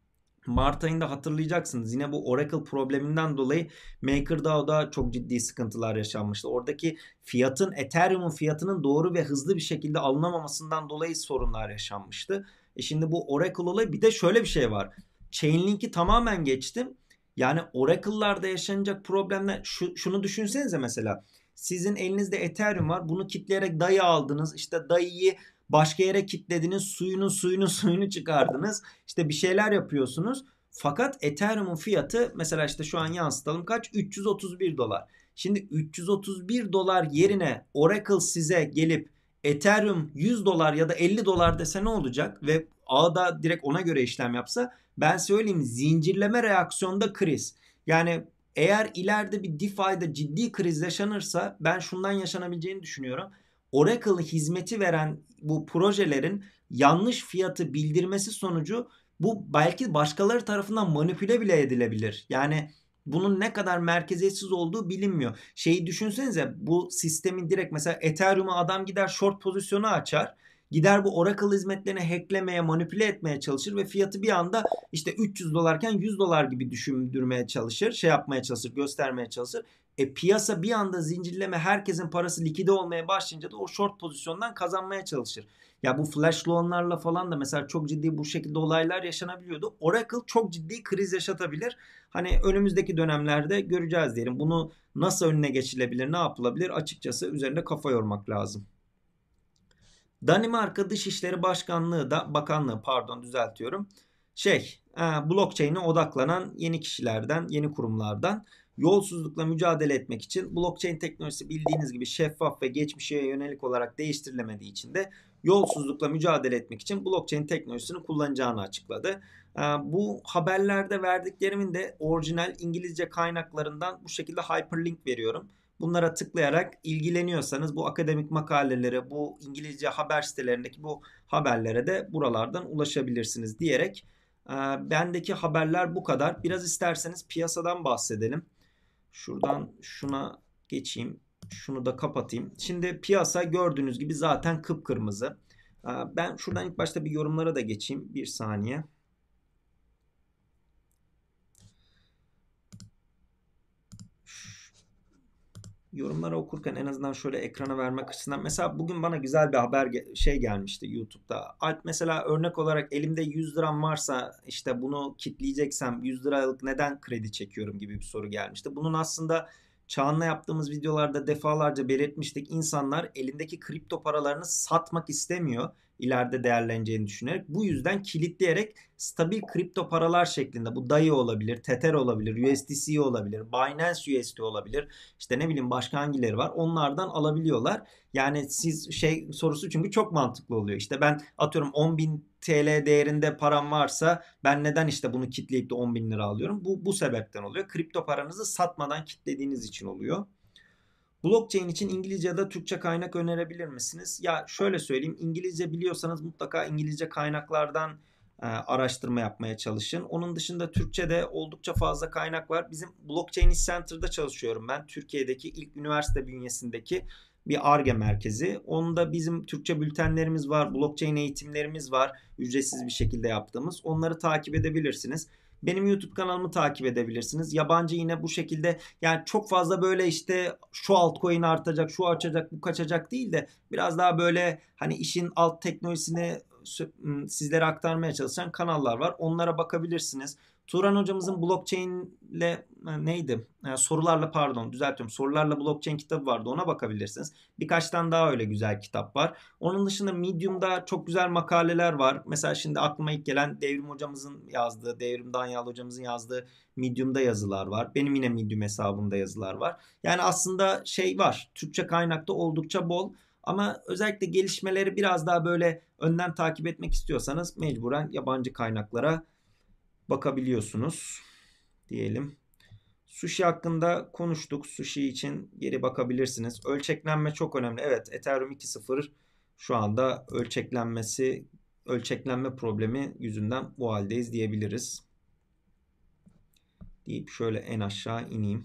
Mart ayında hatırlayacaksınız yine bu Oracle probleminden dolayı MakerDAO'da çok ciddi sıkıntılar yaşanmıştı. Oradaki fiyatın, Ethereum'un fiyatının doğru ve hızlı bir şekilde alınamamasından dolayı sorunlar yaşanmıştı. Şimdi bu Oracle olayı, bir de şöyle bir şey var. Chainlink'i tamamen geçtim. Yani Oracle'larda yaşanacak problemler, şunu düşünsenize mesela. Sizin elinizde Ethereum var. Bunu kitleyerek DAI aldınız. İşte DAI'yi başka yere kitlediniz. Suyunu çıkardınız. İşte bir şeyler yapıyorsunuz. Fakat Ethereum'un fiyatı mesela işte şu an yansıtalım kaç? 331 dolar. Şimdi 331 dolar yerine Oracle size gelip Ethereum 100 dolar ya da 50 dolar dese ne olacak? Ve ağda direkt ona göre işlem yapsa, ben söyleyeyim, zincirleme reaksiyonda kriz. Yani eğer ileride bir DeFi'de ciddi kriz yaşanırsa ben şundan yaşanabileceğini düşünüyorum. Oracle hizmeti veren bu projelerin yanlış fiyatı bildirmesi sonucu bu belki başkaları tarafından manipüle bile edilebilir. Yani bunun ne kadar merkeziyetsiz olduğu bilinmiyor. Şeyi düşünsenize, bu sistemin direkt mesela Ethereum'a adam gider short pozisyonu açar. Gider bu Oracle hizmetlerini hacklemeye, manipüle etmeye çalışır ve fiyatı bir anda işte 300 dolarken 100 dolar gibi düşündürmeye çalışır. Şey yapmaya çalışır, göstermeye çalışır. Piyasa bir anda zincirleme, herkesin parası likide olmaya başlayınca da o short pozisyondan kazanmaya çalışır. Ya bu flash loanlarla falan da mesela çok ciddi bu şekilde olaylar yaşanabiliyordu. Oracle çok ciddi kriz yaşatabilir. Hani önümüzdeki dönemlerde göreceğiz diyelim. Bunu nasıl önüne geçilebilir, ne yapılabilir? Açıkçası üzerinde kafa yormak lazım. Danimarka Dışişleri Bakanlığı pardon düzeltiyorum. Blockchain'e odaklanan yeni kişilerden, yeni kurumlardan, yolsuzlukla mücadele etmek için blockchain teknolojisi bildiğiniz gibi şeffaf ve geçmişe yönelik olarak değiştirilemediği için de yolsuzlukla mücadele etmek için blockchain teknolojisini kullanacağını açıkladı. Bu haberlerde verdiklerimin de orijinal İngilizce kaynaklarından bu şekilde hyperlink veriyorum. Bunlara tıklayarak ilgileniyorsanız bu akademik makalelere, bu İngilizce haber sitelerindeki bu haberlere de buralardan ulaşabilirsiniz diyerek bendeki haberler bu kadar. Biraz isterseniz piyasadan bahsedelim. Şuradan şuna geçeyim. Şunu da kapatayım. Şimdi piyasa gördüğünüz gibi zaten kıpkırmızı. Ben şuradan ilk başta bir yorumlara da geçeyim. Bir saniye. Yorumları okurken en azından şöyle ekrana vermek açısından, mesela bugün bana güzel bir haber gelmişti YouTube'da. Alp, mesela örnek olarak elimde 100 liram varsa işte bunu kitleyeceksem 100 liralık neden kredi çekiyorum gibi bir soru gelmişti. Bunun aslında Çağan'la yaptığımız videolarda defalarca belirtmiştik. İnsanlar elindeki kripto paralarını satmak istemiyor, ileride değerleneceğini düşünerek. Bu yüzden kilitleyerek stabil kripto paralar şeklinde, bu DAI olabilir, Tether olabilir, USDC olabilir, Binance USD olabilir, işte ne bileyim başka hangileri var, onlardan alabiliyorlar. Yani siz sorusu çünkü çok mantıklı oluyor. İşte ben atıyorum 10.000 TL değerinde param varsa ben neden işte bunu kitleyip de 10.000 lira alıyorum? Bu sebepten oluyor. Kripto paranızı satmadan kitlediğiniz için oluyor. Blockchain için İngilizce ya da Türkçe kaynak önerebilir misiniz? Ya şöyle söyleyeyim, İngilizce biliyorsanız mutlaka İngilizce kaynaklardan araştırma yapmaya çalışın. Onun dışında Türkçe'de oldukça fazla kaynak var. Bizim Blockchain Center'da çalışıyorum ben. Türkiye'deki ilk üniversite bünyesindeki bir Ar-Ge merkezi. Onda bizim Türkçe bültenlerimiz var, blockchain eğitimlerimiz var, ücretsiz bir şekilde yaptığımız. Onları takip edebilirsiniz. Benim YouTube kanalımı takip edebilirsiniz. Yabancı yine bu şekilde, yani çok fazla böyle işte şu altcoin artacak, şu açacak, bu kaçacak değil de biraz daha böyle hani işin alt teknolojisini sizlere aktarmaya çalışan kanallar var. Onlara bakabilirsiniz. Turan hocamızın blockchain ile neydi? Sorularla, pardon, düzeltiyorum. Sorularla blockchain kitabı vardı. Ona bakabilirsiniz. Birkaç tane daha öyle güzel kitap var. Onun dışında Medium'da çok güzel makaleler var. Mesela şimdi aklıma ilk gelen Devrim hocamızın yazdığı, Devrim Danyal hocamızın yazdığı Medium'da yazılar var. Benim yine Medium hesabımda yazılar var. Yani aslında şey var. Türkçe kaynakta oldukça bol. Ama özellikle gelişmeleri biraz daha böyle önden takip etmek istiyorsanız mecburen yabancı kaynaklara bakabiliyorsunuz diyelim. Sushi hakkında konuştuk. Sushi için geri bakabilirsiniz. Ölçeklenme çok önemli. Evet, Ethereum 2.0 şu anda ölçeklenme problemi yüzünden bu haldeyiz diyebiliriz. Deyip şöyle en aşağı ineyim.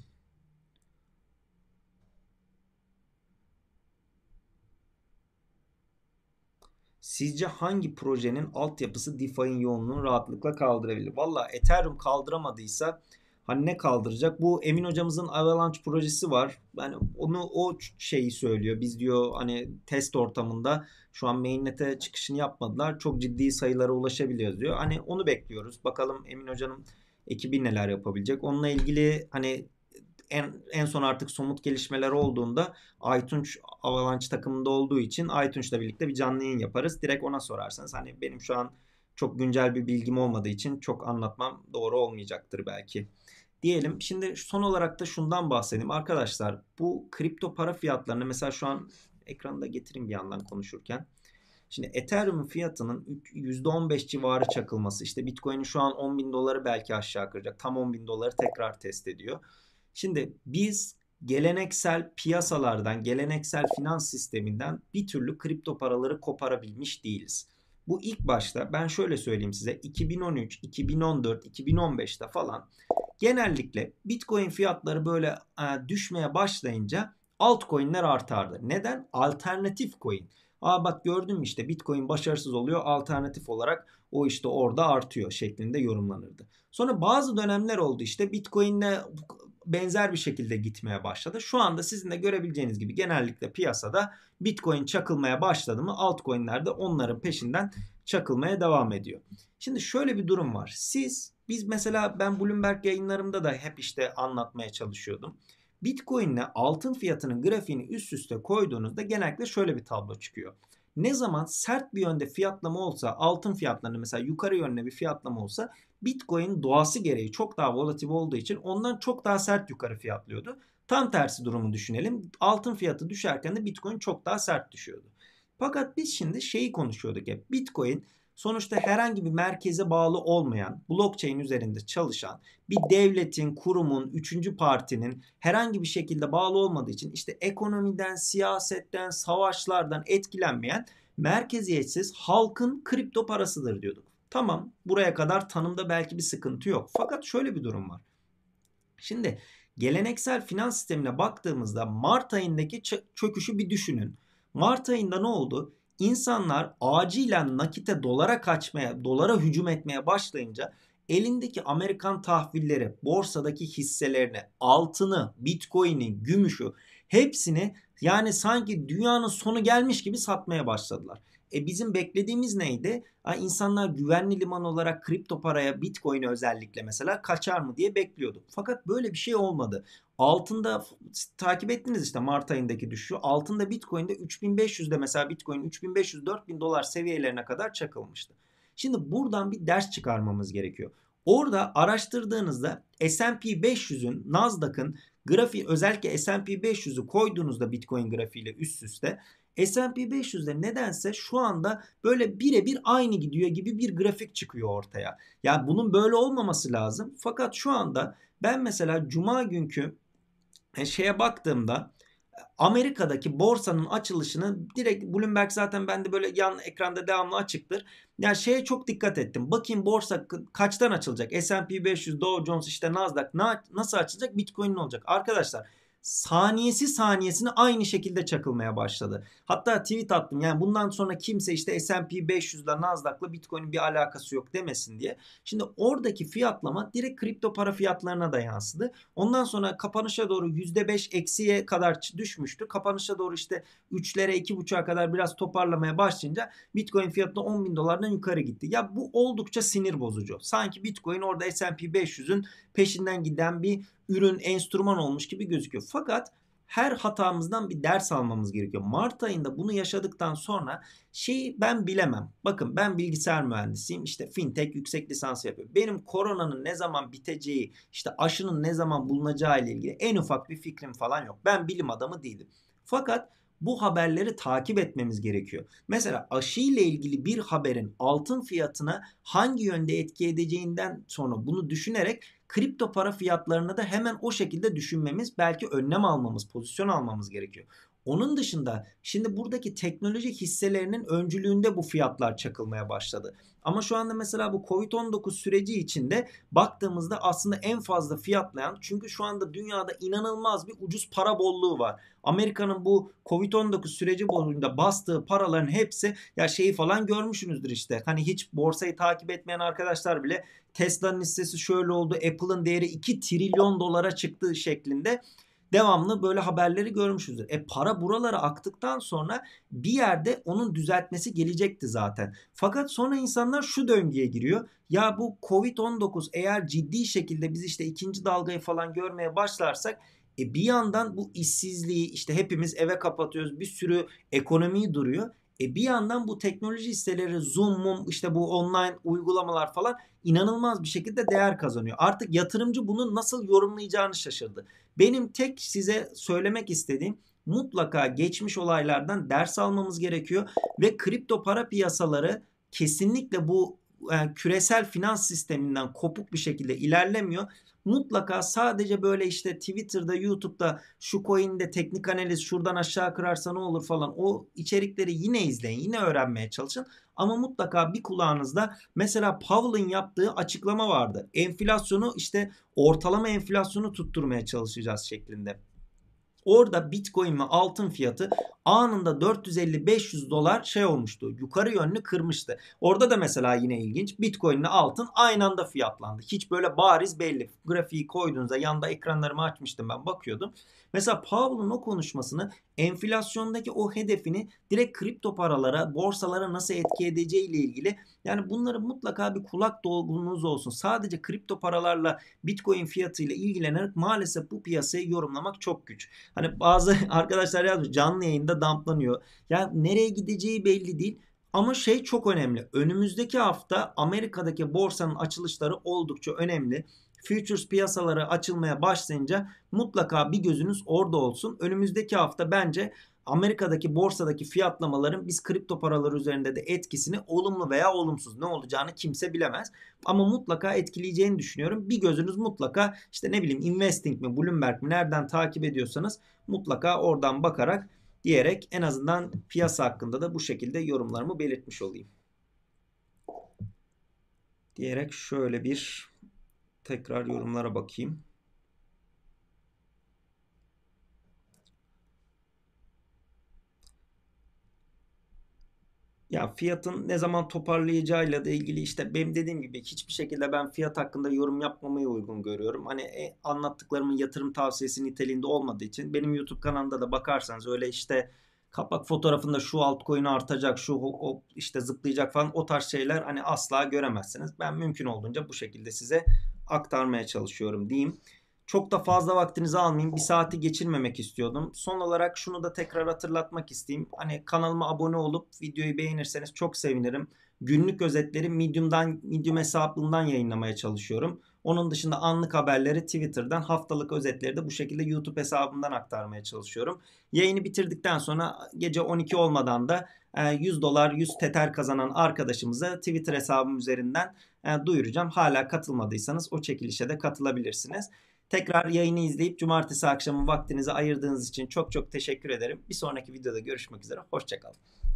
Sizce hangi projenin altyapısı DeFi'nin yoğunluğunu rahatlıkla kaldırabilir? Valla Ethereum kaldıramadıysa hani ne kaldıracak? Bu Emin hocamızın Avalanche projesi var. Yani o şeyi söylüyor. Biz diyor hani test ortamında şu an mainnet'e çıkışını yapmadılar. Çok ciddi sayılara ulaşabiliyoruz diyor. Hani onu bekliyoruz. Bakalım Emin hocanın ekibi neler yapabilecek. Onunla ilgili hani en son artık somut gelişmeler olduğunda Aytunç Avalanche takımında olduğu için Aytunç'la birlikte bir canlı yayın yaparız. Direkt ona sorarsanız hani benim şu an çok güncel bir bilgim olmadığı için çok anlatmam doğru olmayacaktır belki. Diyelim. Şimdi son olarak da şundan bahsedeyim. Arkadaşlar bu kripto para fiyatlarını mesela şu an ekranda getireyim bir yandan konuşurken. Şimdi Ethereum'un fiyatının %15 civarı çakılması, işte Bitcoin'in şu an 10 bin doları belki aşağı kıracak. Tam 10 bin doları tekrar test ediyor. Şimdi biz geleneksel piyasalardan, geleneksel finans sisteminden bir türlü kripto paraları koparabilmiş değiliz. Bu ilk başta ben şöyle söyleyeyim size, 2013, 2014, 2015'te falan genellikle Bitcoin fiyatları böyle düşmeye başlayınca altcoin'ler artardı. Neden? Alternatif coin. Bak gördün mü işte Bitcoin başarısız oluyor, alternatif olarak o işte orada artıyor şeklinde yorumlanırdı. Sonra bazı dönemler oldu, işte Bitcoin'le benzer bir şekilde gitmeye başladı. Şu anda sizin de görebileceğiniz gibi genellikle piyasada Bitcoin çakılmaya başladı mı altcoin'ler de onların peşinden çakılmaya devam ediyor. Şimdi şöyle bir durum var. Biz mesela ben Bloomberg yayınlarımda da hep işte anlatmaya çalışıyordum. Bitcoin ile altın fiyatının grafiğini üst üste koyduğunuzda genellikle şöyle bir tablo çıkıyor. Ne zaman sert bir yönde fiyatlama olsa, altın fiyatlarının mesela yukarı yönde bir fiyatlama olsa, Bitcoin doğası gereği çok daha volatil olduğu için ondan çok daha sert yukarı fiyatlıyordu. Tam tersi durumu düşünelim. Altın fiyatı düşerken de Bitcoin çok daha sert düşüyordu. Fakat biz şimdi şeyi konuşuyorduk hep. Bitcoin sonuçta herhangi bir merkeze bağlı olmayan, blockchain üzerinde çalışan bir devletin, kurumun, üçüncü partinin herhangi bir şekilde bağlı olmadığı için işte ekonomiden, siyasetten, savaşlardan etkilenmeyen merkeziyetsiz halkın kripto parasıdır diyorduk. Tamam, buraya kadar tanımda belki bir sıkıntı yok. Fakat şöyle bir durum var. Şimdi geleneksel finans sistemine baktığımızda Mart ayındaki çöküşü bir düşünün. Mart ayında ne oldu? İnsanlar acilen nakite, dolara kaçmaya, dolara hücum etmeye başlayınca elindeki Amerikan tahvilleri, borsadaki hisselerini, altını, Bitcoin'i, gümüşü hepsini yani sanki dünyanın sonu gelmiş gibi satmaya başladılar. Bizim beklediğimiz neydi? İnsanlar güvenli liman olarak kripto paraya, Bitcoin'e özellikle mesela kaçar mı diye bekliyorduk. Fakat böyle bir şey olmadı. Altında takip ettiniz işte Mart ayındaki düşüşü. Altında Bitcoin'de 3500'de mesela Bitcoin 3500-4000 dolar seviyelerine kadar çakılmıştı. Şimdi buradan bir ders çıkarmamız gerekiyor. Orada araştırdığınızda S&P 500'ün, Nasdaq'ın grafiği, özellikle S&P 500'ü koyduğunuzda Bitcoin grafiğiyle üst üste S&P 500'de nedense şu anda böyle birebir aynı gidiyor gibi bir grafik çıkıyor ortaya. Yani bunun böyle olmaması lazım. Fakat şu anda ben mesela Cuma günkü şeye baktığımda Amerika'daki borsanın açılışını direkt Bloomberg zaten bende böyle yan ekranda devamlı açıktır. Yani şeye çok dikkat ettim. Bakayım borsa kaçtan açılacak? S&P 500, Dow Jones, işte Nasdaq nasıl açılacak? Bitcoin ne olacak? Arkadaşlar saniyesi saniyesine aynı şekilde çakılmaya başladı. Hatta tweet attım, yani bundan sonra kimse işte S&P 500 ile Nasdaq'la Bitcoin'in bir alakası yok demesin diye. Şimdi oradaki fiyatlama direkt kripto para fiyatlarına da yansıdı. Ondan sonra kapanışa doğru %5 eksiye kadar düşmüştü. Kapanışa doğru işte 3'lere 2,5'a kadar biraz toparlamaya başlayınca Bitcoin fiyatı da 10 bin dolardan yukarı gitti. Ya bu oldukça sinir bozucu. Sanki Bitcoin orada S&P 500'ün peşinden giden bir ürün, enstrüman olmuş gibi gözüküyor. Fakat her hatamızdan bir ders almamız gerekiyor. Mart ayında bunu yaşadıktan sonra şeyi ben bilemem. Bakın, ben bilgisayar mühendisiyim. İşte fintech yüksek lisans yapıyorum. Benim koronanın ne zaman biteceği, işte aşının ne zaman bulunacağı ile ilgili en ufak bir fikrim falan yok. Ben bilim adamı değilim. Fakat bu haberleri takip etmemiz gerekiyor. Mesela aşı ile ilgili bir haberin altın fiyatına hangi yönde etki edeceğinden sonra bunu düşünerek kripto para fiyatlarını da hemen o şekilde düşünmemiz, belki önlem almamız, pozisyon almamız gerekiyor. Onun dışında şimdi buradaki teknoloji hisselerinin öncülüğünde bu fiyatlar çakılmaya başladı. Ama şu anda mesela bu Covid-19 süreci içinde baktığımızda aslında en fazla fiyatlayan, çünkü şu anda dünyada inanılmaz bir ucuz para bolluğu var. Amerika'nın bu Covid-19 süreci boyunca bastığı paraların hepsi, ya şeyi falan görmüşsünüzdür işte. Hani hiç borsayı takip etmeyen arkadaşlar bile Tesla'nın hissesi şöyle oldu, Apple'ın değeri 2 trilyon dolara çıktığı şeklinde devamlı böyle haberleri görmüşüzdür. Para buralara aktıktan sonra bir yerde onun düzeltmesi gelecekti zaten. Fakat sonra insanlar şu döngüye giriyor. Ya bu Covid-19 eğer ciddi şekilde biz işte ikinci dalgayı falan görmeye başlarsak, bir yandan bu işsizliği, işte hepimiz eve kapatıyoruz, bir sürü ekonomiyi duruyor. Bir yandan bu teknoloji hisseleri, Zoom, işte bu online uygulamalar falan inanılmaz bir şekilde değer kazanıyor. Artık yatırımcı bunu nasıl yorumlayacağını şaşırdı. Benim tek size söylemek istediğim, mutlaka geçmiş olaylardan ders almamız gerekiyor ve kripto para piyasaları kesinlikle bu küresel finans sisteminden kopuk bir şekilde ilerlemiyor. Mutlaka sadece böyle işte Twitter'da, YouTube'da şu coin'de teknik analiz, şuradan aşağı kırarsa ne olur falan, o içerikleri yine izleyin, yine öğrenmeye çalışın. Ama mutlaka bir kulağınızda mesela Powell'ın yaptığı açıklama vardı. Enflasyonu, işte ortalama enflasyonu tutturmaya çalışacağız şeklinde. Orada Bitcoin ve altın fiyatı anında 450-500 dolar şey olmuştu. Yukarı yönlü kırmıştı. Orada da mesela yine ilginç. Bitcoin ile altın aynı anda fiyatlandı. Hiç böyle bariz belli. Grafiği koyduğunuzda, yanda ekranlarımı açmıştım, ben bakıyordum. Mesela Powell'ın o konuşmasını, enflasyondaki o hedefini direkt kripto paralara, borsalara nasıl etki edeceği ile ilgili, yani bunları mutlaka bir kulak dolgunluğunuz olsun. Sadece kripto paralarla, Bitcoin fiyatıyla ilgilenerek maalesef bu piyasayı yorumlamak çok güç. Hani bazı arkadaşlar yazmış, canlı yayında damplanıyor. Ya nereye gideceği belli değil. Ama şey çok önemli. Önümüzdeki hafta Amerika'daki borsanın açılışları oldukça önemli. Futures piyasaları açılmaya başlayınca mutlaka bir gözünüz orada olsun. Önümüzdeki hafta bence Amerika'daki borsadaki fiyatlamaların biz kripto paralar üzerinde de etkisini, olumlu veya olumsuz, ne olacağını kimse bilemez. Ama mutlaka etkileyeceğini düşünüyorum. Bir gözünüz mutlaka işte ne bileyim Investing mi, Bloomberg mi, nereden takip ediyorsanız mutlaka oradan bakarak diyerek en azından piyasa hakkında da bu şekilde yorumlarımı belirtmiş olayım. Diyerek şöyle bir tekrar yorumlara bakayım. Ya fiyatın ne zaman toparlayacağıyla da ilgili, işte benim dediğim gibi hiçbir şekilde ben fiyat hakkında yorum yapmamayı uygun görüyorum. Hani anlattıklarımın yatırım tavsiyesi niteliğinde olmadığı için, benim YouTube kanalımda da bakarsanız öyle işte kapak fotoğrafında şu altcoin artacak, şu o işte zıplayacak falan, o tarz şeyler hani asla göremezsiniz. Ben mümkün olduğunca bu şekilde size aktarmaya çalışıyorum diyeyim. Çok da fazla vaktinizi almayayım. Bir saati geçirmemek istiyordum. Son olarak şunu da tekrar hatırlatmak isteyeyim. Hani kanalıma abone olup videoyu beğenirseniz çok sevinirim. Günlük özetleri Medium hesabından yayınlamaya çalışıyorum. Onun dışında anlık haberleri Twitter'dan, haftalık özetleri de bu şekilde YouTube hesabımdan aktarmaya çalışıyorum. Yayını bitirdikten sonra gece 12 olmadan da 100 dolar 100 Tether kazanan arkadaşımıza Twitter hesabım üzerinden duyuracağım. Hala katılmadıysanız o çekilişe de katılabilirsiniz. Tekrar yayını izleyip cumartesi akşamı vaktinizi ayırdığınız için çok çok teşekkür ederim. Bir sonraki videoda görüşmek üzere. Hoşça kalın.